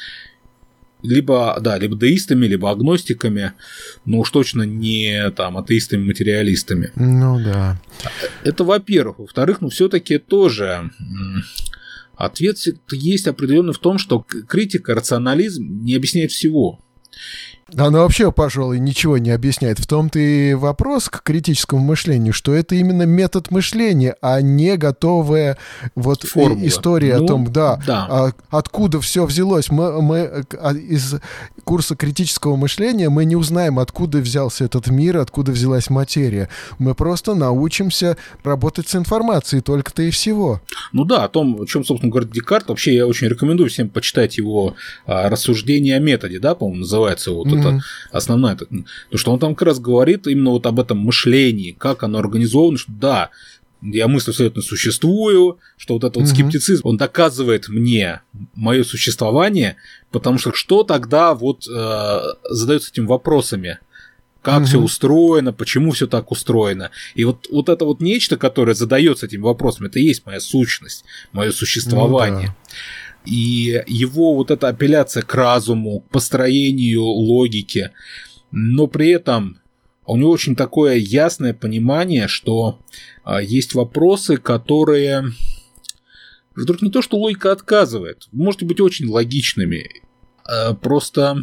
Либо деистами, либо агностиками, но уж точно не там атеистами-материалистами. Ну да. Это во-первых. Во-вторых, все-таки тоже ответ есть определенный в том, что критика, рационализм не объясняет всего. Она вообще, пожалуй, ничего не объясняет. В том-то и вопрос к критическому мышлению, что это именно метод мышления, а не готовая вот история о том, откуда все взялось. Мы из курса критического мышления мы не узнаем, откуда взялся этот мир, откуда взялась материя. Мы просто научимся работать с информацией, только-то и всего. О том, о чем, собственно, говорит Декарт, вообще я очень рекомендую всем почитать его рассуждения о методе, да, по-моему, называется вот это основное. Потому что он там как раз говорит именно вот об этом мышлении, как оно организовано, что да, я мыслю, абсолютно существую, что вот этот вот скептицизм, он доказывает мне мое существование, потому что тогда вот задается этим вопросами, как все устроено, почему все так устроено. И вот это вот нечто, которое задается этим вопросом, это и есть моя сущность, мое существование. И его вот эта апелляция к разуму, к построению логики, но при этом у него очень такое ясное понимание, что есть вопросы, которые вдруг не то, что логика отказывает, можете быть очень логичными, просто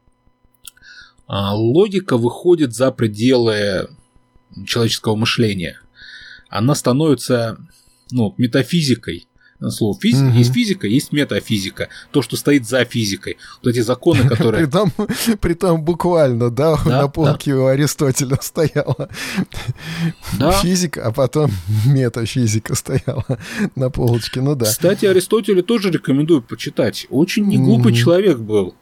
логика выходит за пределы человеческого мышления. Она становится метафизикой. Слово есть физика, есть метафизика. То, что стоит за физикой. Вот эти законы, которые... Притом буквально, да, на полке у Аристотеля стояла физика, а потом метафизика стояла на полочке. Ну да. Кстати, Аристотеля тоже рекомендую почитать. Очень неглупый человек был.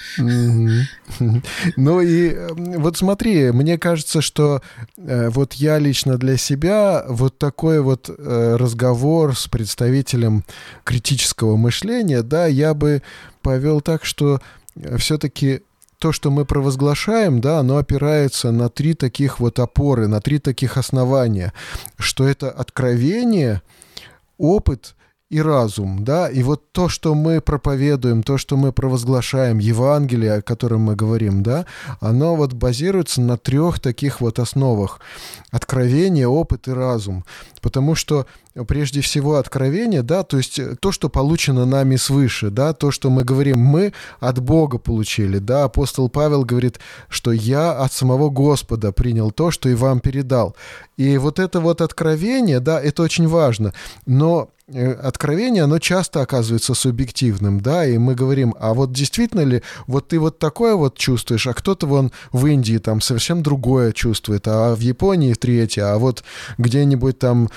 Ну и вот смотри, мне кажется, что вот я лично для себя вот такой вот разговор с представителем критического мышления, да, я бы повел так, что все-таки то, что мы провозглашаем, да, оно опирается на 3 таких вот опоры, на 3 таких основания, что это откровение, опыт и разум, да, и вот то, что мы проповедуем, то, что мы провозглашаем, Евангелие, о котором мы говорим, да, оно вот базируется на 3 таких вот основах: откровение, опыт и разум, потому что прежде всего откровение, да, то есть то, что получено нами свыше, да, то, что мы говорим, мы от Бога получили, да, апостол Павел говорит, что я от самого Господа принял то, что и вам передал, и вот это вот откровение, да, это очень важно, но откровение, оно часто оказывается субъективным, да, и мы говорим, а вот действительно ли, вот ты вот такое вот чувствуешь, а кто-то вон в Индии там совершенно другое чувствует, а в Японии 3, а вот где-нибудь там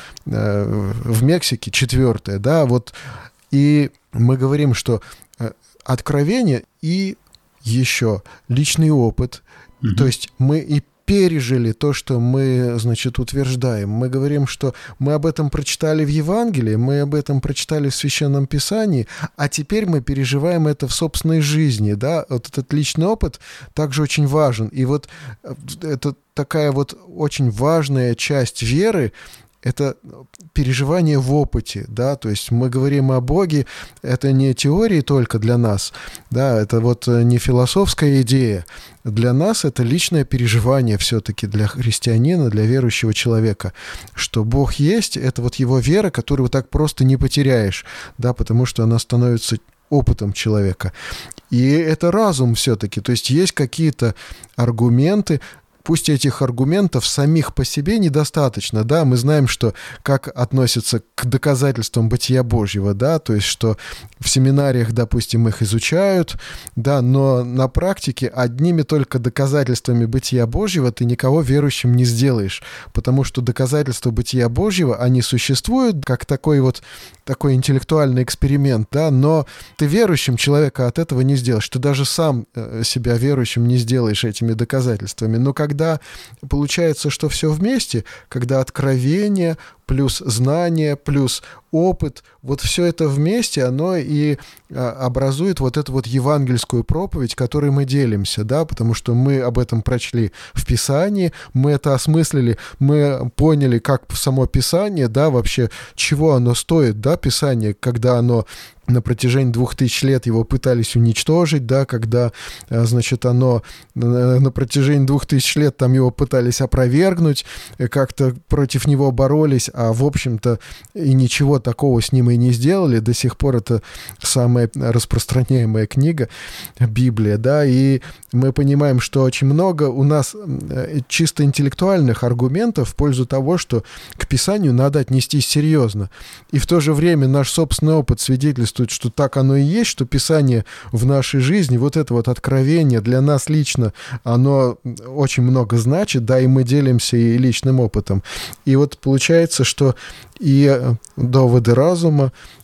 в Мексике 4, да, вот, и мы говорим, что откровение и еще личный опыт, то есть мы и пережили то, что мы, значит, утверждаем. Мы говорим, что мы об этом прочитали в Евангелии, мы об этом прочитали в Священном Писании, а теперь мы переживаем это в собственной жизни, да, вот этот личный опыт также очень важен. И вот это такая вот очень важная часть веры, это переживание в опыте, да, то есть мы говорим о Боге, это не теории только для нас, да, это вот не философская идея, для нас это личное переживание все-таки, для христианина, для верующего человека, что Бог есть, это вот его вера, которую так просто не потеряешь, да, потому что она становится опытом человека. И это разум все-таки, то есть есть какие-то аргументы, пусть этих аргументов самих по себе недостаточно, да, мы знаем, что как относятся к доказательствам бытия Божьего, да, то есть что в семинариях, допустим, их изучают, да, но на практике одними только доказательствами бытия Божьего ты никого верующим не сделаешь, потому что доказательства бытия Божьего, они существуют как такой интеллектуальный эксперимент, да, но ты верующим человека от этого не сделаешь, ты даже сам себя верующим не сделаешь этими доказательствами, но когда получается, что все вместе, когда откровение плюс знание, плюс опыт, вот все это вместе, оно и образует вот эту вот евангельскую проповедь, которой мы делимся, да, потому что мы об этом прочли в Писании, мы это осмыслили, мы поняли, как само Писание, да, вообще, чего оно стоит, да, Писание, когда оно на протяжении 2000 лет его пытались уничтожить, да, когда, значит, оно на протяжении 2000 лет там его пытались опровергнуть, как-то против него боролись, а в общем-то и ничего такого с ним и не сделали. До сих пор это самая распространяемая книга, Библия, да, и мы понимаем, что очень много у нас чисто интеллектуальных аргументов в пользу того, что к Писанию надо отнестись серьезно. И в то же время наш собственный опыт свидетельствует, что так оно и есть, что Писание в нашей жизни, вот это вот откровение для нас лично, оно очень много значит, да, и мы делимся и личным опытом. И вот получается, что и доводы разума,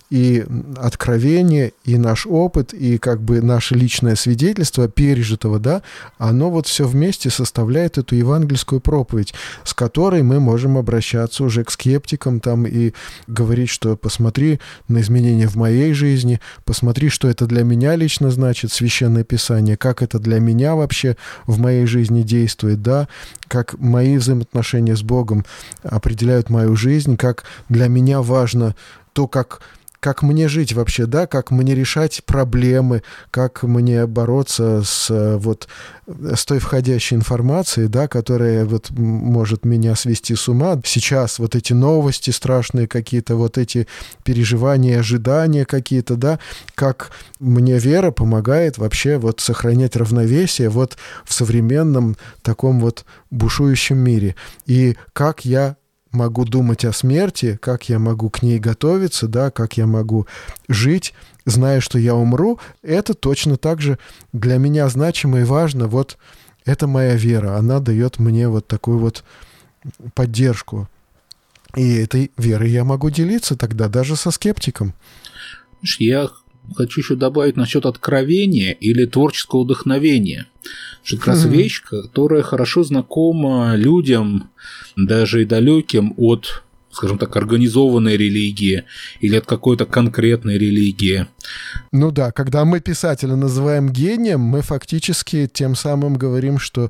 и откровение, и наш опыт, и как бы наше личное свидетельство пережитого, да, оно вот все вместе составляет эту евангельскую проповедь, с которой мы можем обращаться уже к скептикам там и говорить, что посмотри на изменения в моей жизни, посмотри, что это для меня лично значит, Священное Писание, как это для меня вообще в моей жизни действует, да, как мои взаимоотношения с Богом определяют мою жизнь, как для меня важно то, как мне жить вообще, да, как мне решать проблемы, как мне бороться с той входящей информацией, да, которая вот может меня свести с ума. Сейчас вот эти новости страшные какие-то, вот эти переживания, ожидания какие-то, да, как мне вера помогает вообще вот сохранять равновесие вот в современном таком вот бушующем мире. И как я могу думать о смерти, как я могу к ней готовиться, да, как я могу жить, зная, что я умру, это точно так же для меня значимо и важно. Вот это моя вера, она дает мне вот такую вот поддержку. И этой верой я могу делиться тогда даже со скептиком. Я хочу еще добавить насчет откровения или творческого вдохновения. Это как раз вещь, которая хорошо знакома людям, даже и далеким от, скажем так, организованной религии или от какой-то конкретной религии. Ну да, когда мы писателя называем гением, мы фактически тем самым говорим, что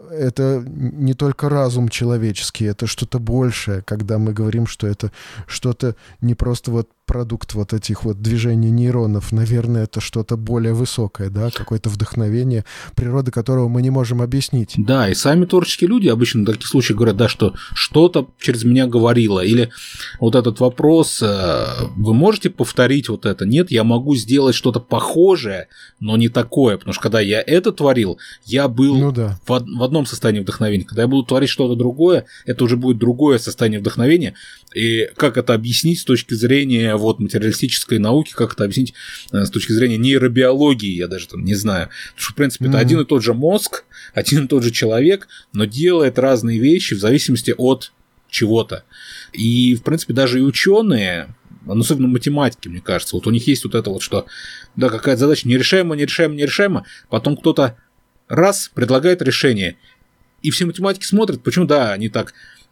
это не только разум человеческий, это что-то большее, когда мы говорим, что это что-то не просто вот продукт вот этих вот движений нейронов. Наверное, это что-то более высокое, да, какое-то вдохновение, природы которого мы не можем объяснить. Да, и сами творческие люди обычно в таких случаях говорят, да, что что-то через меня говорило. Или вот этот вопрос, вы можете повторить вот это? Нет, я могу сделать что-то похожее, но не такое. Потому что когда я это творил, я был в одном состоянии вдохновения. Когда я буду творить что-то другое, это уже будет другое состояние вдохновения. И как это объяснить с точки зрения вот материалистической науки, как это объяснить с точки зрения нейробиологии, я даже там не знаю. Потому что, в принципе, это один и тот же мозг, один и тот же человек, но делает разные вещи в зависимости от чего-то. И, в принципе, даже и ученые, особенно математики, мне кажется, вот у них есть вот это вот, что да, какая-то задача нерешаема, потом кто-то раз предлагает решение, и все математики смотрят, почему, да, они так,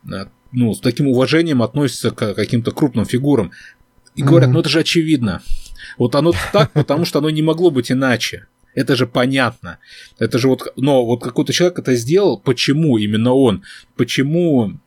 ну, с таким уважением относятся к каким-то крупным фигурам. И говорят, ну это же очевидно. Вот оно так, потому что оно не могло быть иначе. Это же понятно. Это же вот, но вот какой-то человек это сделал, почему именно он? Почему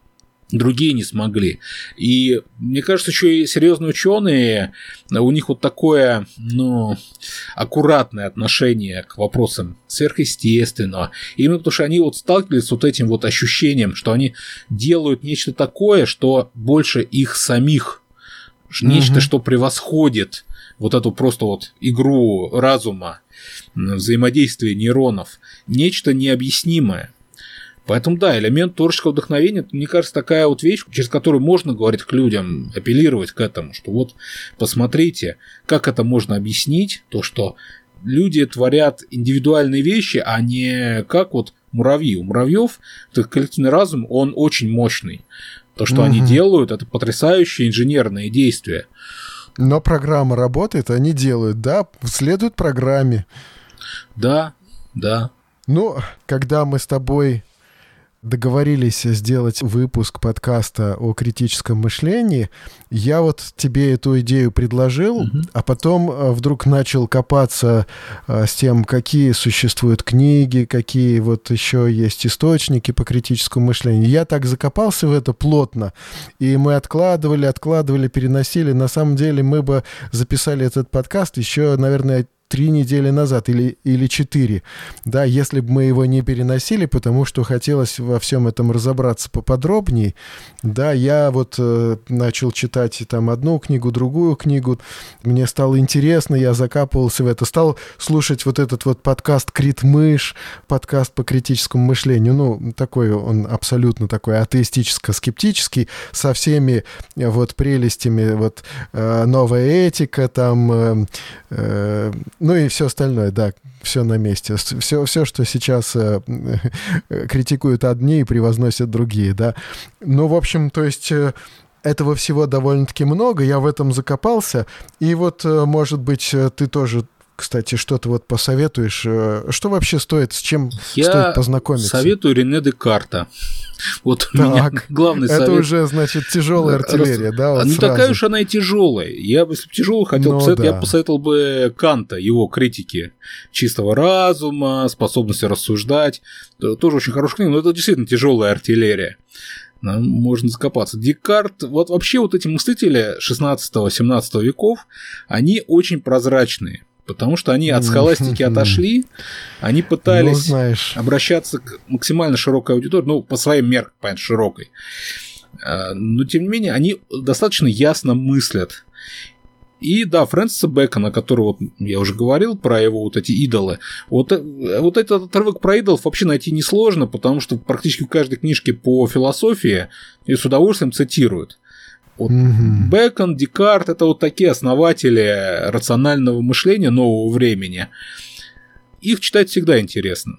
другие не смогли? И мне кажется, еще и серьезные ученые, у них вот такое, ну, аккуратное отношение к вопросам сверхъестественного. Именно потому что они вот сталкивались с вот этим вот ощущением, что они делают нечто такое, что больше их самих. Нечто, что превосходит вот эту просто вот игру разума, взаимодействие нейронов. Нечто необъяснимое. Поэтому, да, элемент творческого вдохновения, мне кажется, такая вот вещь, через которую можно говорить к людям, апеллировать к этому, что вот посмотрите, как это можно объяснить, то, что люди творят индивидуальные вещи, а не как вот муравьи. У муравьев коллективный разум, он очень мощный. То, что они делают, это потрясающие инженерные действия. Но программа работает, они делают, да, следуют программе. Да, да. Ну, когда мы с тобой договорились сделать выпуск подкаста о критическом мышлении, я вот тебе эту идею предложил, а потом вдруг начал копаться с тем, какие существуют книги, какие вот еще есть источники по критическому мышлению. Я так закопался в это плотно, и мы откладывали, переносили. На самом деле мы бы записали этот подкаст еще, наверное, 3 недели назад или 4, да, если бы мы его не переносили, потому что хотелось во всем этом разобраться поподробнее, да, я вот начал читать там одну книгу, другую книгу, мне стало интересно, я закапывался в это, стал слушать вот этот вот подкаст «Критмыш», подкаст по критическому мышлению, ну, такой он абсолютно такой атеистическо-скептический, со всеми вот прелестями, вот новая этика, там, ну и все остальное, да, все на месте. Все, что сейчас критикуют одни и превозносят другие, да. Ну, в общем, то есть этого всего довольно-таки много, я в этом закопался, и вот, может быть, ты тоже, кстати, что-то вот посоветуешь, что вообще стоит, с чем стоит познакомиться? Я советую Рене Декарта. Вот у меня главный совет. Это уже, значит, тяжелая артиллерия, да? Вот не сразу. Такая уж она и тяжелая. Я бы, если бы тяжелую хотел посоветовать, я посоветовал бы Канта, его критики чистого разума, способности рассуждать. Тоже очень хорошая книга, но это действительно тяжелая артиллерия. Можно закопаться. Декарт, вот вообще вот эти мыслители 16-17 веков, они очень прозрачные. Потому что они от схоластики отошли, они пытались обращаться к максимально широкой аудитории, ну, по своим меркам, понятно, широкой. Но, тем не менее, они достаточно ясно мыслят. И да, Фрэнсиса Бэкона, которого я уже говорил про его вот эти идолы, вот этот отрывок про идолов вообще найти несложно, потому что практически в каждой книжке по философии ее с удовольствием цитируют. Вот Бэкон, Декарт – это вот такие основатели рационального мышления нового времени. Их читать всегда интересно.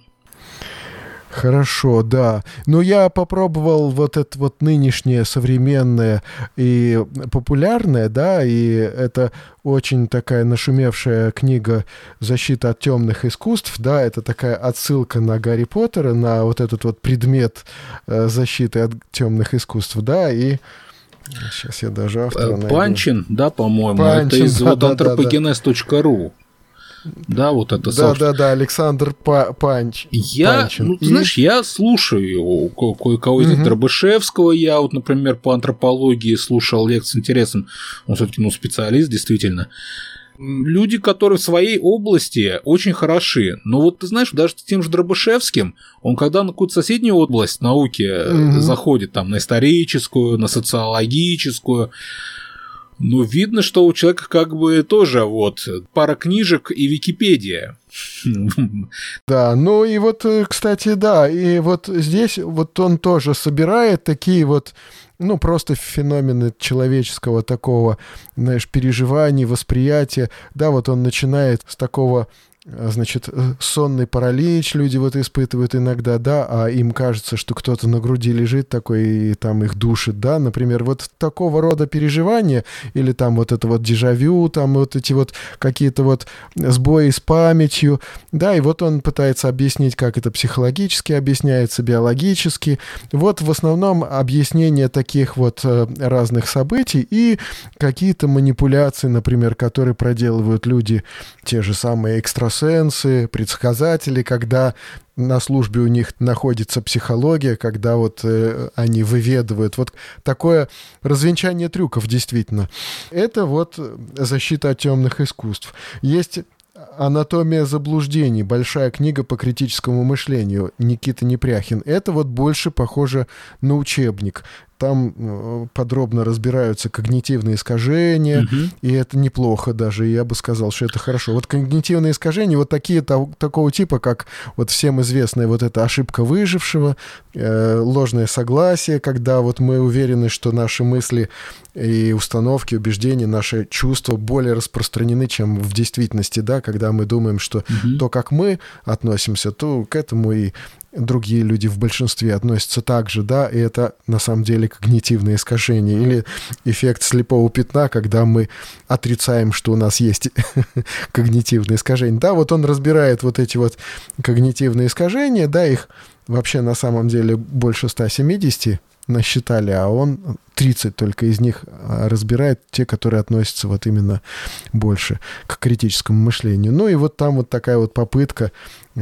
Хорошо, да. Но я попробовал вот это вот нынешнее современное и популярное, да, и это очень такая нашумевшая книга «Защита от темных искусств», да, это такая отсылка на Гарри Поттера, на вот этот вот предмет защиты от темных искусств, да, и сейчас я даже автора найду. Панчин, да, по-моему, это из вот anthropogenes.ru. Да, вот это сообщество. Да, Александр Панчин. Ты знаешь, я слушаю кое-кого из них, Дробышевского, я вот, например, по антропологии слушал лекции с интересом, он все-таки, специалист, действительно. Люди, которые в своей области очень хороши, но вот ты знаешь, даже с тем же Дробышевским, он когда на какую-то соседнюю область науки заходит, там, на историческую, на социологическую, видно, что у человека как бы тоже вот пара книжек и Википедия. Да, и вот, кстати, да, и вот здесь вот он тоже собирает такие вот, просто феномены человеческого такого, знаешь, переживаний, восприятия. Да, вот он начинает с такого, значит, сонный паралич люди вот испытывают иногда, да, а им кажется, что кто-то на груди лежит такой и там их душит, да, например, вот такого рода переживания или там вот это вот дежавю, там вот эти вот какие-то вот сбои с памятью, да, и вот он пытается объяснить, как это психологически объясняется, биологически, вот в основном объяснение таких вот разных событий и какие-то манипуляции, например, которые проделывают люди, те же самые экстрасенсы, предсказатели, когда на службе у них находится психология, когда вот они выведывают. Вот такое развенчание трюков, действительно. Это вот защита от темных искусств. Есть «Анатомия заблуждений», большая книга по критическому мышлению, Никита Непряхин. Это вот больше похоже на учебник. Там подробно разбираются когнитивные искажения, и это неплохо даже, я бы сказал, что это хорошо. Вот когнитивные искажения, вот такие, такого типа, как вот всем известная вот эта ошибка выжившего, ложное согласие, когда вот мы уверены, что наши мысли и установки, убеждения, наши чувства более распространены, чем в действительности, да, когда мы думаем, что то, как мы относимся, то к этому и другие люди в большинстве относятся так же, да, и это на самом деле когнитивное искажение или эффект слепого пятна, когда мы отрицаем, что у нас есть когнитивные искажения. Да, вот он разбирает вот эти вот когнитивные искажения, да, их вообще на самом деле больше 170 насчитали, а он 30 только из них разбирает, те, которые относятся вот именно больше к критическому мышлению. И вот там вот такая вот попытка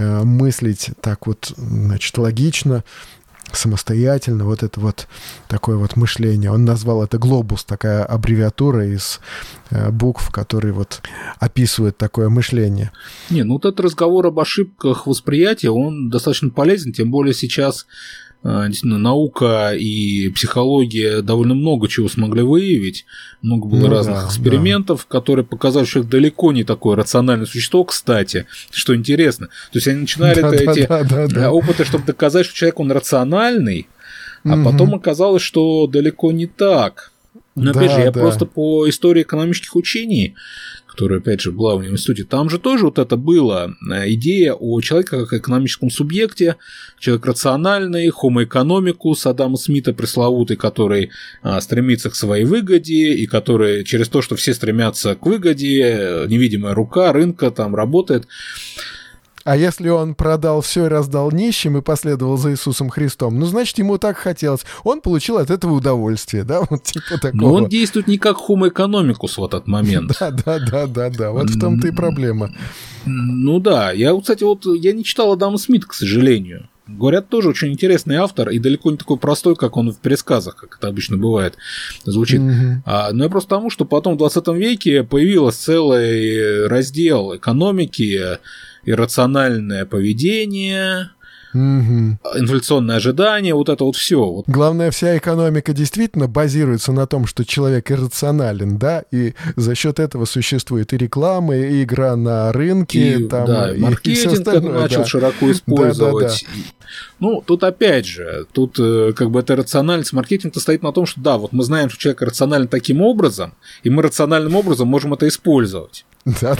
мыслить так вот, значит, логично, самостоятельно, вот это вот такое вот мышление. Он назвал это глобус, такая аббревиатура из букв, которые вот описывают такое мышление. Вот этот разговор об ошибках восприятия, он достаточно полезен, тем более сейчас действительно наука и психология довольно много чего смогли выявить, много было разных экспериментов, которые показали, что человек далеко не такое рациональное существо, кстати, что интересно. То есть они начинали эти опыты, чтобы доказать, что человек, он рациональный, а потом оказалось, что далеко не так. Но опять же, я просто по истории экономических учений, которая, опять же, была в институте, там же тоже вот это было идея о человеке как экономическом субъекте, человек рациональный, homo economicus Адама Смита пресловутый, который стремится к своей выгоде, и который через то, что все стремятся к выгоде, невидимая рука рынка там работает. А если он продал все и раздал нищим и последовал за Иисусом Христом, ну, значит, ему так хотелось. Он получил от этого удовольствие, да, вот типа такого. Но он действует не как homo economicus в этот момент. Да, вот в том-то и проблема. Ну да, кстати, я не читал Адама Смита, к сожалению. Говорят, тоже очень интересный автор и далеко не такой простой, как он в пересказах, как это обычно бывает, звучит. Но я просто потому, что потом в 20 веке появился целый раздел экономики, иррациональное поведение, инфляционное ожидание, вот это вот все. Главное, вся экономика действительно базируется на том, что человек иррационален, да, и за счет этого существует и реклама, и игра на рынке, и маркетинг начал широко использовать. Ну, тут опять же, как бы эта рациональность маркетинга стоит на том, что да, вот мы знаем, что человек рационален таким образом, и мы рациональным образом можем это использовать. Да.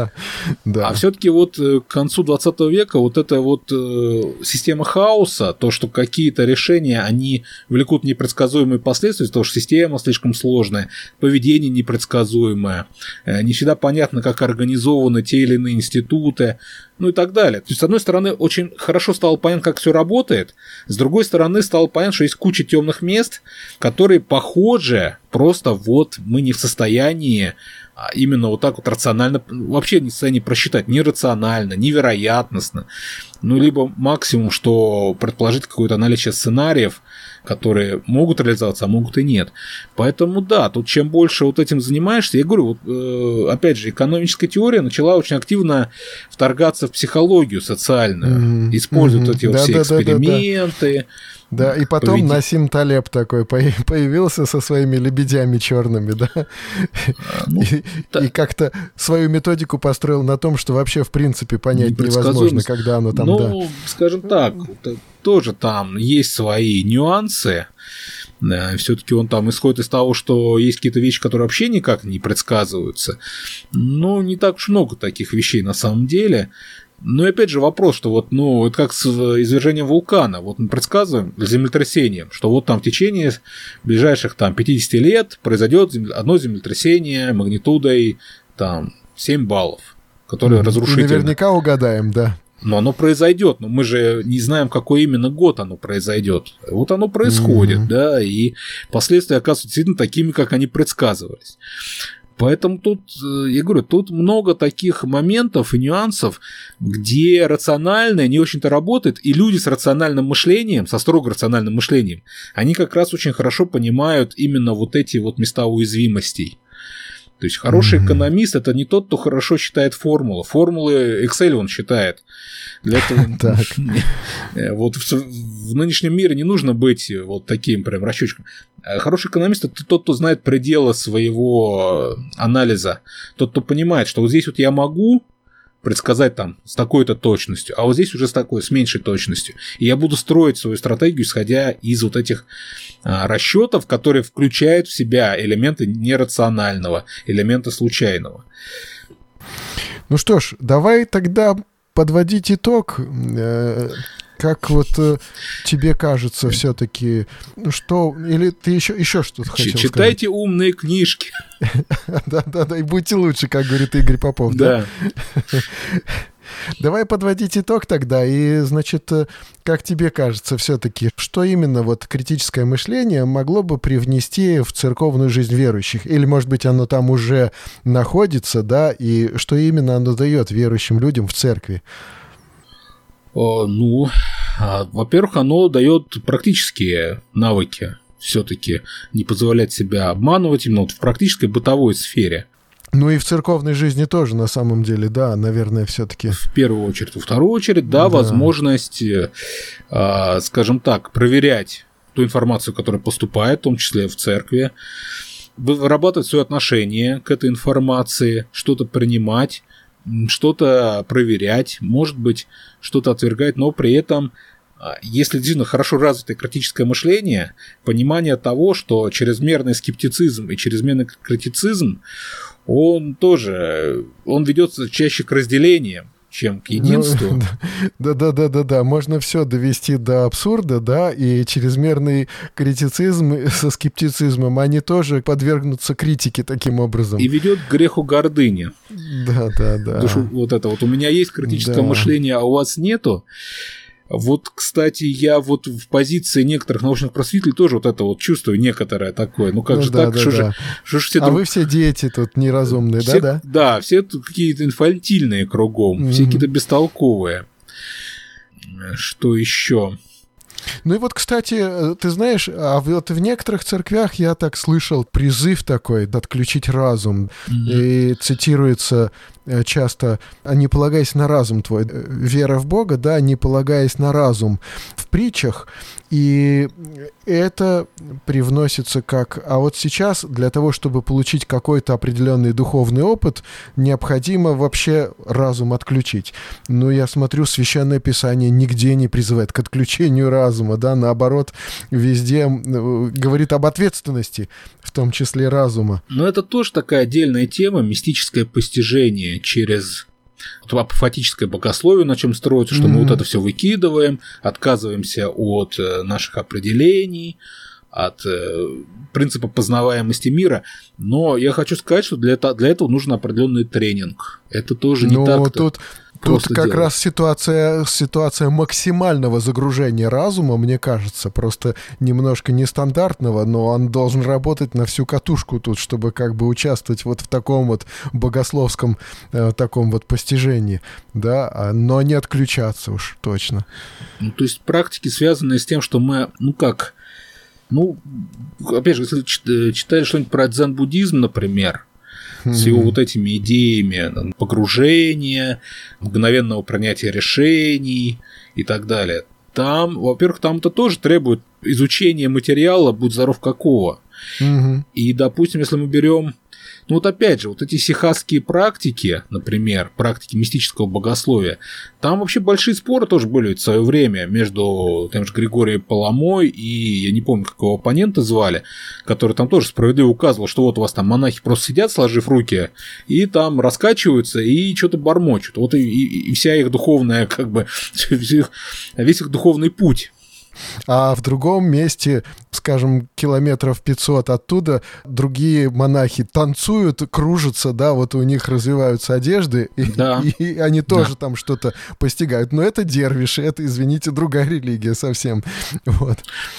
А все-таки вот к концу 20 века вот эта вот система хаоса, то, что какие-то решения, они влекут непредсказуемые последствия, то, что система слишком сложная, поведение непредсказуемое, не всегда понятно, как организованы те или иные институты, ну и так далее. То есть, с одной стороны, очень хорошо стало понятно, как все работает, с другой стороны, стало понятно, что есть куча темных мест, которые, похоже, просто вот мы не в состоянии именно вот так вот рационально, вообще не в состоянии просчитать ни рационально, ни вероятностно, ну, либо максимум, что предположить какое-то наличие сценариев, которые могут реализоваться, а могут и нет. Поэтому да, тут чем больше вот этим занимаешься, я говорю, вот, опять же, экономическая теория начала очень активно вторгаться в психологию социальную, используют эти вот все эксперименты. Да, и потом Насим Талеб такой появился со своими лебедями черными, да, и как-то свою методику построил на том, что вообще в принципе понять невозможно, когда оно там, да. Ну, скажем так, тоже там есть свои нюансы. Все-таки он там исходит из того, что есть какие-то вещи, которые вообще никак не предсказываются. Но не так уж много таких вещей на самом деле. Но и опять же вопрос, что вот, ну, это как с извержением вулкана. Вот мы предсказываем землетрясением, что вот там в течение ближайших там 50 лет произойдет одно землетрясение магнитудой там 7 баллов, которое разрушительно. Наверняка угадаем, да. Но оно произойдет, но мы же не знаем, какой именно год оно произойдет. Вот оно происходит, да, и последствия оказываются действительно такими, как они предсказывались. Поэтому тут, я говорю, тут много таких моментов и нюансов, где рациональное не очень-то работает, и люди с рациональным мышлением, со строго рациональным мышлением, они как раз очень хорошо понимают именно вот эти вот места уязвимостей. То есть хороший экономист – это не тот, кто хорошо считает формулы. Формулы Excel он считает. Для этого вот в нынешнем мире не нужно быть вот таким прям расчетчиком. Хороший экономист – это тот, кто знает пределы своего анализа. Тот, кто понимает, что вот здесь вот я могу предсказать там с такой-то точностью, а вот здесь уже с меньшей точностью. И я буду строить свою стратегию, исходя из вот этих расчетов, которые включают в себя элементы нерационального, элементы случайного. Ну что ж, давай тогда подводить итог. Как вот тебе кажется все-таки, что... Или ты еще что-то хотел сказать? Читайте умные книжки. Да, и будьте лучше, как говорит Игорь Попов. Да. Давай подводить итог тогда. И, значит, как тебе кажется все-таки, что именно вот критическое мышление могло бы привнести в церковную жизнь верующих? Или, может быть, оно там уже находится, да, и что именно оно дает верующим людям в церкви? Ну, во-первых, оно дает практические навыки, все-таки не позволять себя обманывать именно вот в практической бытовой сфере. Ну и в церковной жизни тоже, на самом деле, да, наверное, все-таки. В первую очередь. Во вторую очередь, да, возможность, скажем так, проверять ту информацию, которая поступает, в том числе в церкви, вырабатывать свое отношение к этой информации, что-то принимать, что-то проверять, может быть, что-то отвергать, но при этом Если действительно хорошо развитое критическое мышление, понимание того, что чрезмерный скептицизм и чрезмерный критицизм, он ведется чаще к разделениям, чем к единству. Да. Можно все довести до абсурда, да, и чрезмерный критицизм со скептицизмом, они тоже подвергнутся критике таким образом. И ведет к греху гордыни. Да. Потому что у меня есть критическое мышление, а у вас нету. Вот, кстати, я вот в позиции некоторых научных просветителей тоже вот это вот чувствую некоторое такое. Ну как же так? Что же все вы все дети тут неразумные, да? Да, все тут какие-то инфантильные кругом, все какие-то бестолковые. Что еще? Ну и вот, кстати, ты знаешь, а вот в некоторых церквях я так слышал призыв такой отключить разум. И цитируется часто «не полагаясь на разум твой». Вера в Бога, да, не полагаясь на разум в притчах. И это привносится как... А вот сейчас для того, чтобы получить какой-то определенный духовный опыт, необходимо вообще разум отключить. Но я смотрю, Священное Писание нигде не призывает к отключению разума, да, наоборот, везде говорит об ответственности, в том числе разума. Но это тоже такая отдельная тема, мистическое постижение через... апофатическое богословие, на чем строится, что мы вот это все выкидываем, отказываемся от наших определений, от принципа познаваемости мира. Но я хочу сказать, что для этого нужен определенный тренинг. Это тоже не так-то. Тут как раз ситуация максимального загружения разума, мне кажется, просто немножко нестандартного, но он должен работать на всю катушку тут, чтобы как бы участвовать вот в таком вот богословском таком вот постижении, да, но не отключаться уж точно. Ну, то есть практики, связанные с тем, что мы, опять же, если читали что-нибудь про дзен-буддизм, например, с его вот этими идеями погружения, мгновенного принятия решений и так далее. Там, во-первых, там это тоже требует изучения материала, будь здоров какого. И, допустим, если мы берем, опять же, вот эти сихасские практики, например, практики мистического богословия, там вообще большие споры тоже были в свое время между тем же Григорием Паламой и, я не помню, как его оппонента звали, который там тоже справедливо указывал, что вот у вас там монахи просто сидят, сложив руки, и там раскачиваются и что-то бормочут. Вот и вся их духовная, как бы, весь их духовный путь. А в другом месте, скажем, километров 500 оттуда, другие монахи танцуют, кружатся, да, вот у них развиваются одежды, и они тоже там что-то постигают. Но это дервиши, это, извините, другая религия совсем. Вот.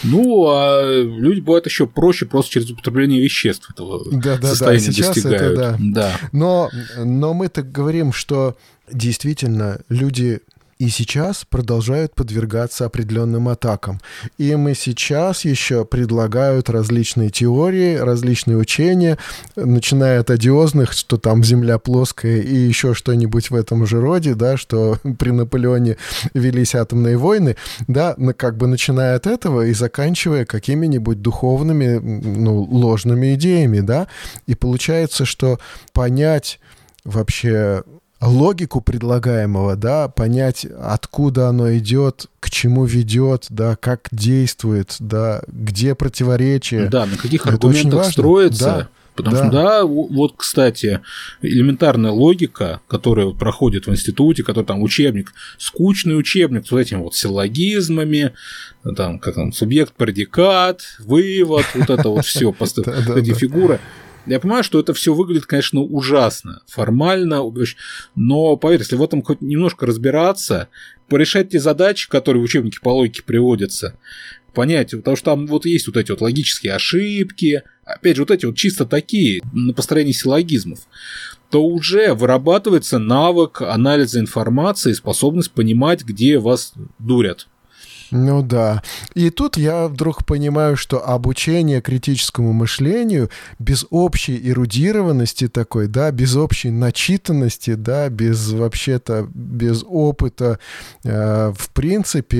А люди бывают еще проще, просто через употребление веществ этого состояния достигают. Это, да. Но мы так говорим, что действительно люди... и сейчас продолжают подвергаться определенным атакам. Им и сейчас еще предлагают различные теории, различные учения, начиная от одиозных, что там Земля плоская и еще что-нибудь в этом же роде, да, что при Наполеоне велись атомные войны, да, как бы начиная от этого и заканчивая какими-нибудь духовными, ложными идеями, да, и получается, что понять вообще логику предлагаемого, да, понять, откуда оно идет, к чему ведет, да, как действует, да, где противоречие. Да, на каких аргументах строится. Да. Потому что, вот, кстати, элементарная логика, которая проходит в институте, который там учебник, скучный учебник с этими вот силлогизмами, там, как там, субъект, предикат, вывод, вот это вот все, эти фигуры. Я понимаю, что это все выглядит, конечно, ужасно, формально, но, поверь, если в этом хоть немножко разбираться, порешать те задачи, которые в учебнике по логике приводятся, понять, потому что там вот есть вот эти вот логические ошибки, опять же, вот эти вот чисто такие, на построении силлогизмов, то уже вырабатывается навык анализа информации, способность понимать, где вас дурят. Ну да. И тут я вдруг понимаю, что обучение критическому мышлению без общей эрудированности такой, да, без общей начитанности, да, без вообще-то, без опыта, в принципе,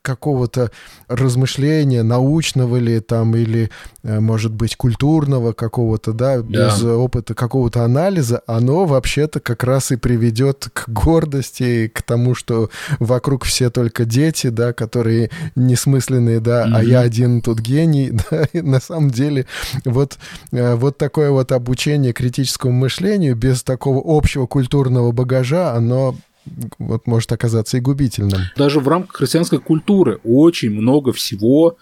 какого-то размышления, научного ли там, или, может быть, культурного какого-то, да, без опыта какого-то анализа, оно вообще-то как раз и приведет к гордости, к тому, что вокруг все только дети, да, которые несмысленные, да, а я один тут гений, да, и на самом деле вот такое вот обучение критическому мышлению без такого общего культурного багажа, оно вот может оказаться и губительным. Даже в рамках христианской культуры очень много всего,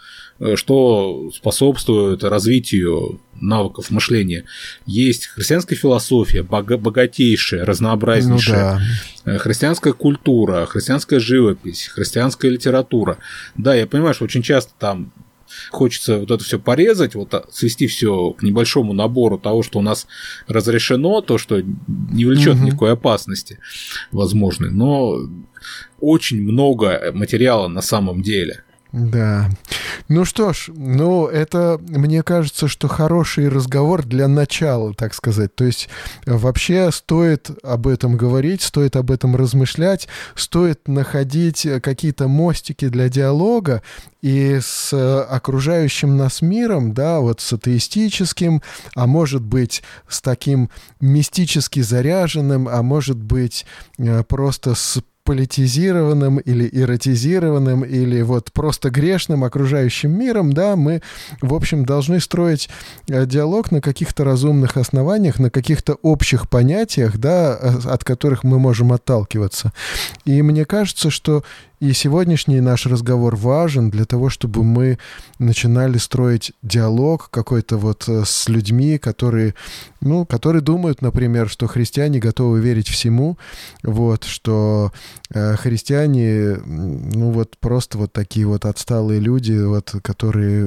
что способствует развитию навыков мышления. Есть христианская философия, богатейшая, разнообразнейшая, христианская культура, христианская живопись, христианская литература. Да, я понимаю, что очень часто там хочется вот это все порезать, вот свести все к небольшому набору того, что у нас разрешено, то, что не влечет никакой опасности возможной, но очень много материала на самом деле. Да. Ну что ж, это, мне кажется, что хороший разговор для начала, так сказать. То есть вообще стоит об этом говорить, стоит об этом размышлять, стоит находить какие-то мостики для диалога и с окружающим нас миром, да, вот с атеистическим, а может быть, с таким мистически заряженным, а может быть, просто с политизированным или эротизированным, или вот просто грешным окружающим миром, да, мы, в общем, должны строить диалог на каких-то разумных основаниях, на каких-то общих понятиях, да, от которых мы можем отталкиваться. И мне кажется, что и сегодняшний наш разговор важен для того, чтобы мы начинали строить диалог какой-то вот с людьми, которые думают, например, что христиане готовы верить всему, вот, что христиане, просто вот такие вот отсталые люди, вот, которые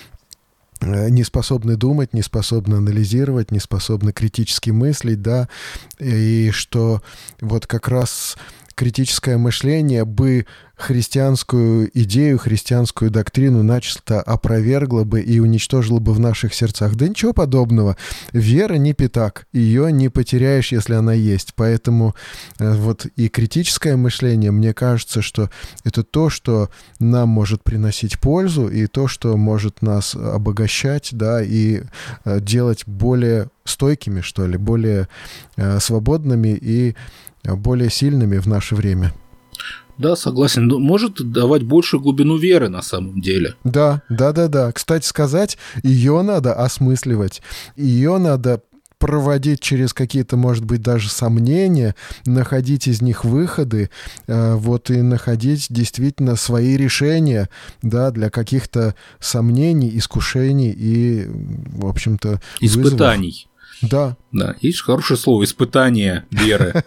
не способны думать, не способны анализировать, не способны критически мыслить, да, и что вот как раз критическое мышление бы христианскую идею, христианскую доктрину начисто опровергло бы и уничтожило бы в наших сердцах. Да ничего подобного. Вера не пятак. Ее не потеряешь, если она есть. Поэтому вот и критическое мышление, мне кажется, что это то, что нам может приносить пользу, и то, что может нас обогащать, да, и делать более стойкими, что ли, более свободными и более сильными в наше время. Да, согласен. Может давать большую глубину веры на самом деле. Да. Кстати сказать, ее надо осмысливать, ее надо проводить через какие-то, может быть, даже сомнения, находить из них выходы, вот, и находить действительно свои решения, да, для каких-то сомнений, искушений и, в общем-то, испытаний. Да. Да, есть хорошее слово «испытание веры».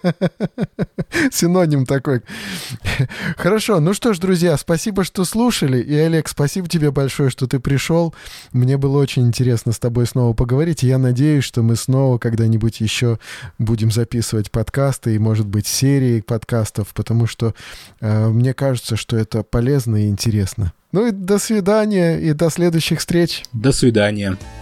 Синоним такой. Хорошо, ну что ж, друзья, спасибо, что слушали. И, Олег, спасибо тебе большое, что ты пришел. Мне было очень интересно с тобой снова поговорить. И я надеюсь, что мы снова когда-нибудь еще будем записывать подкасты и, может быть, серии подкастов, потому что мне кажется, что это полезно и интересно. Ну и до свидания, и до следующих встреч. До свидания.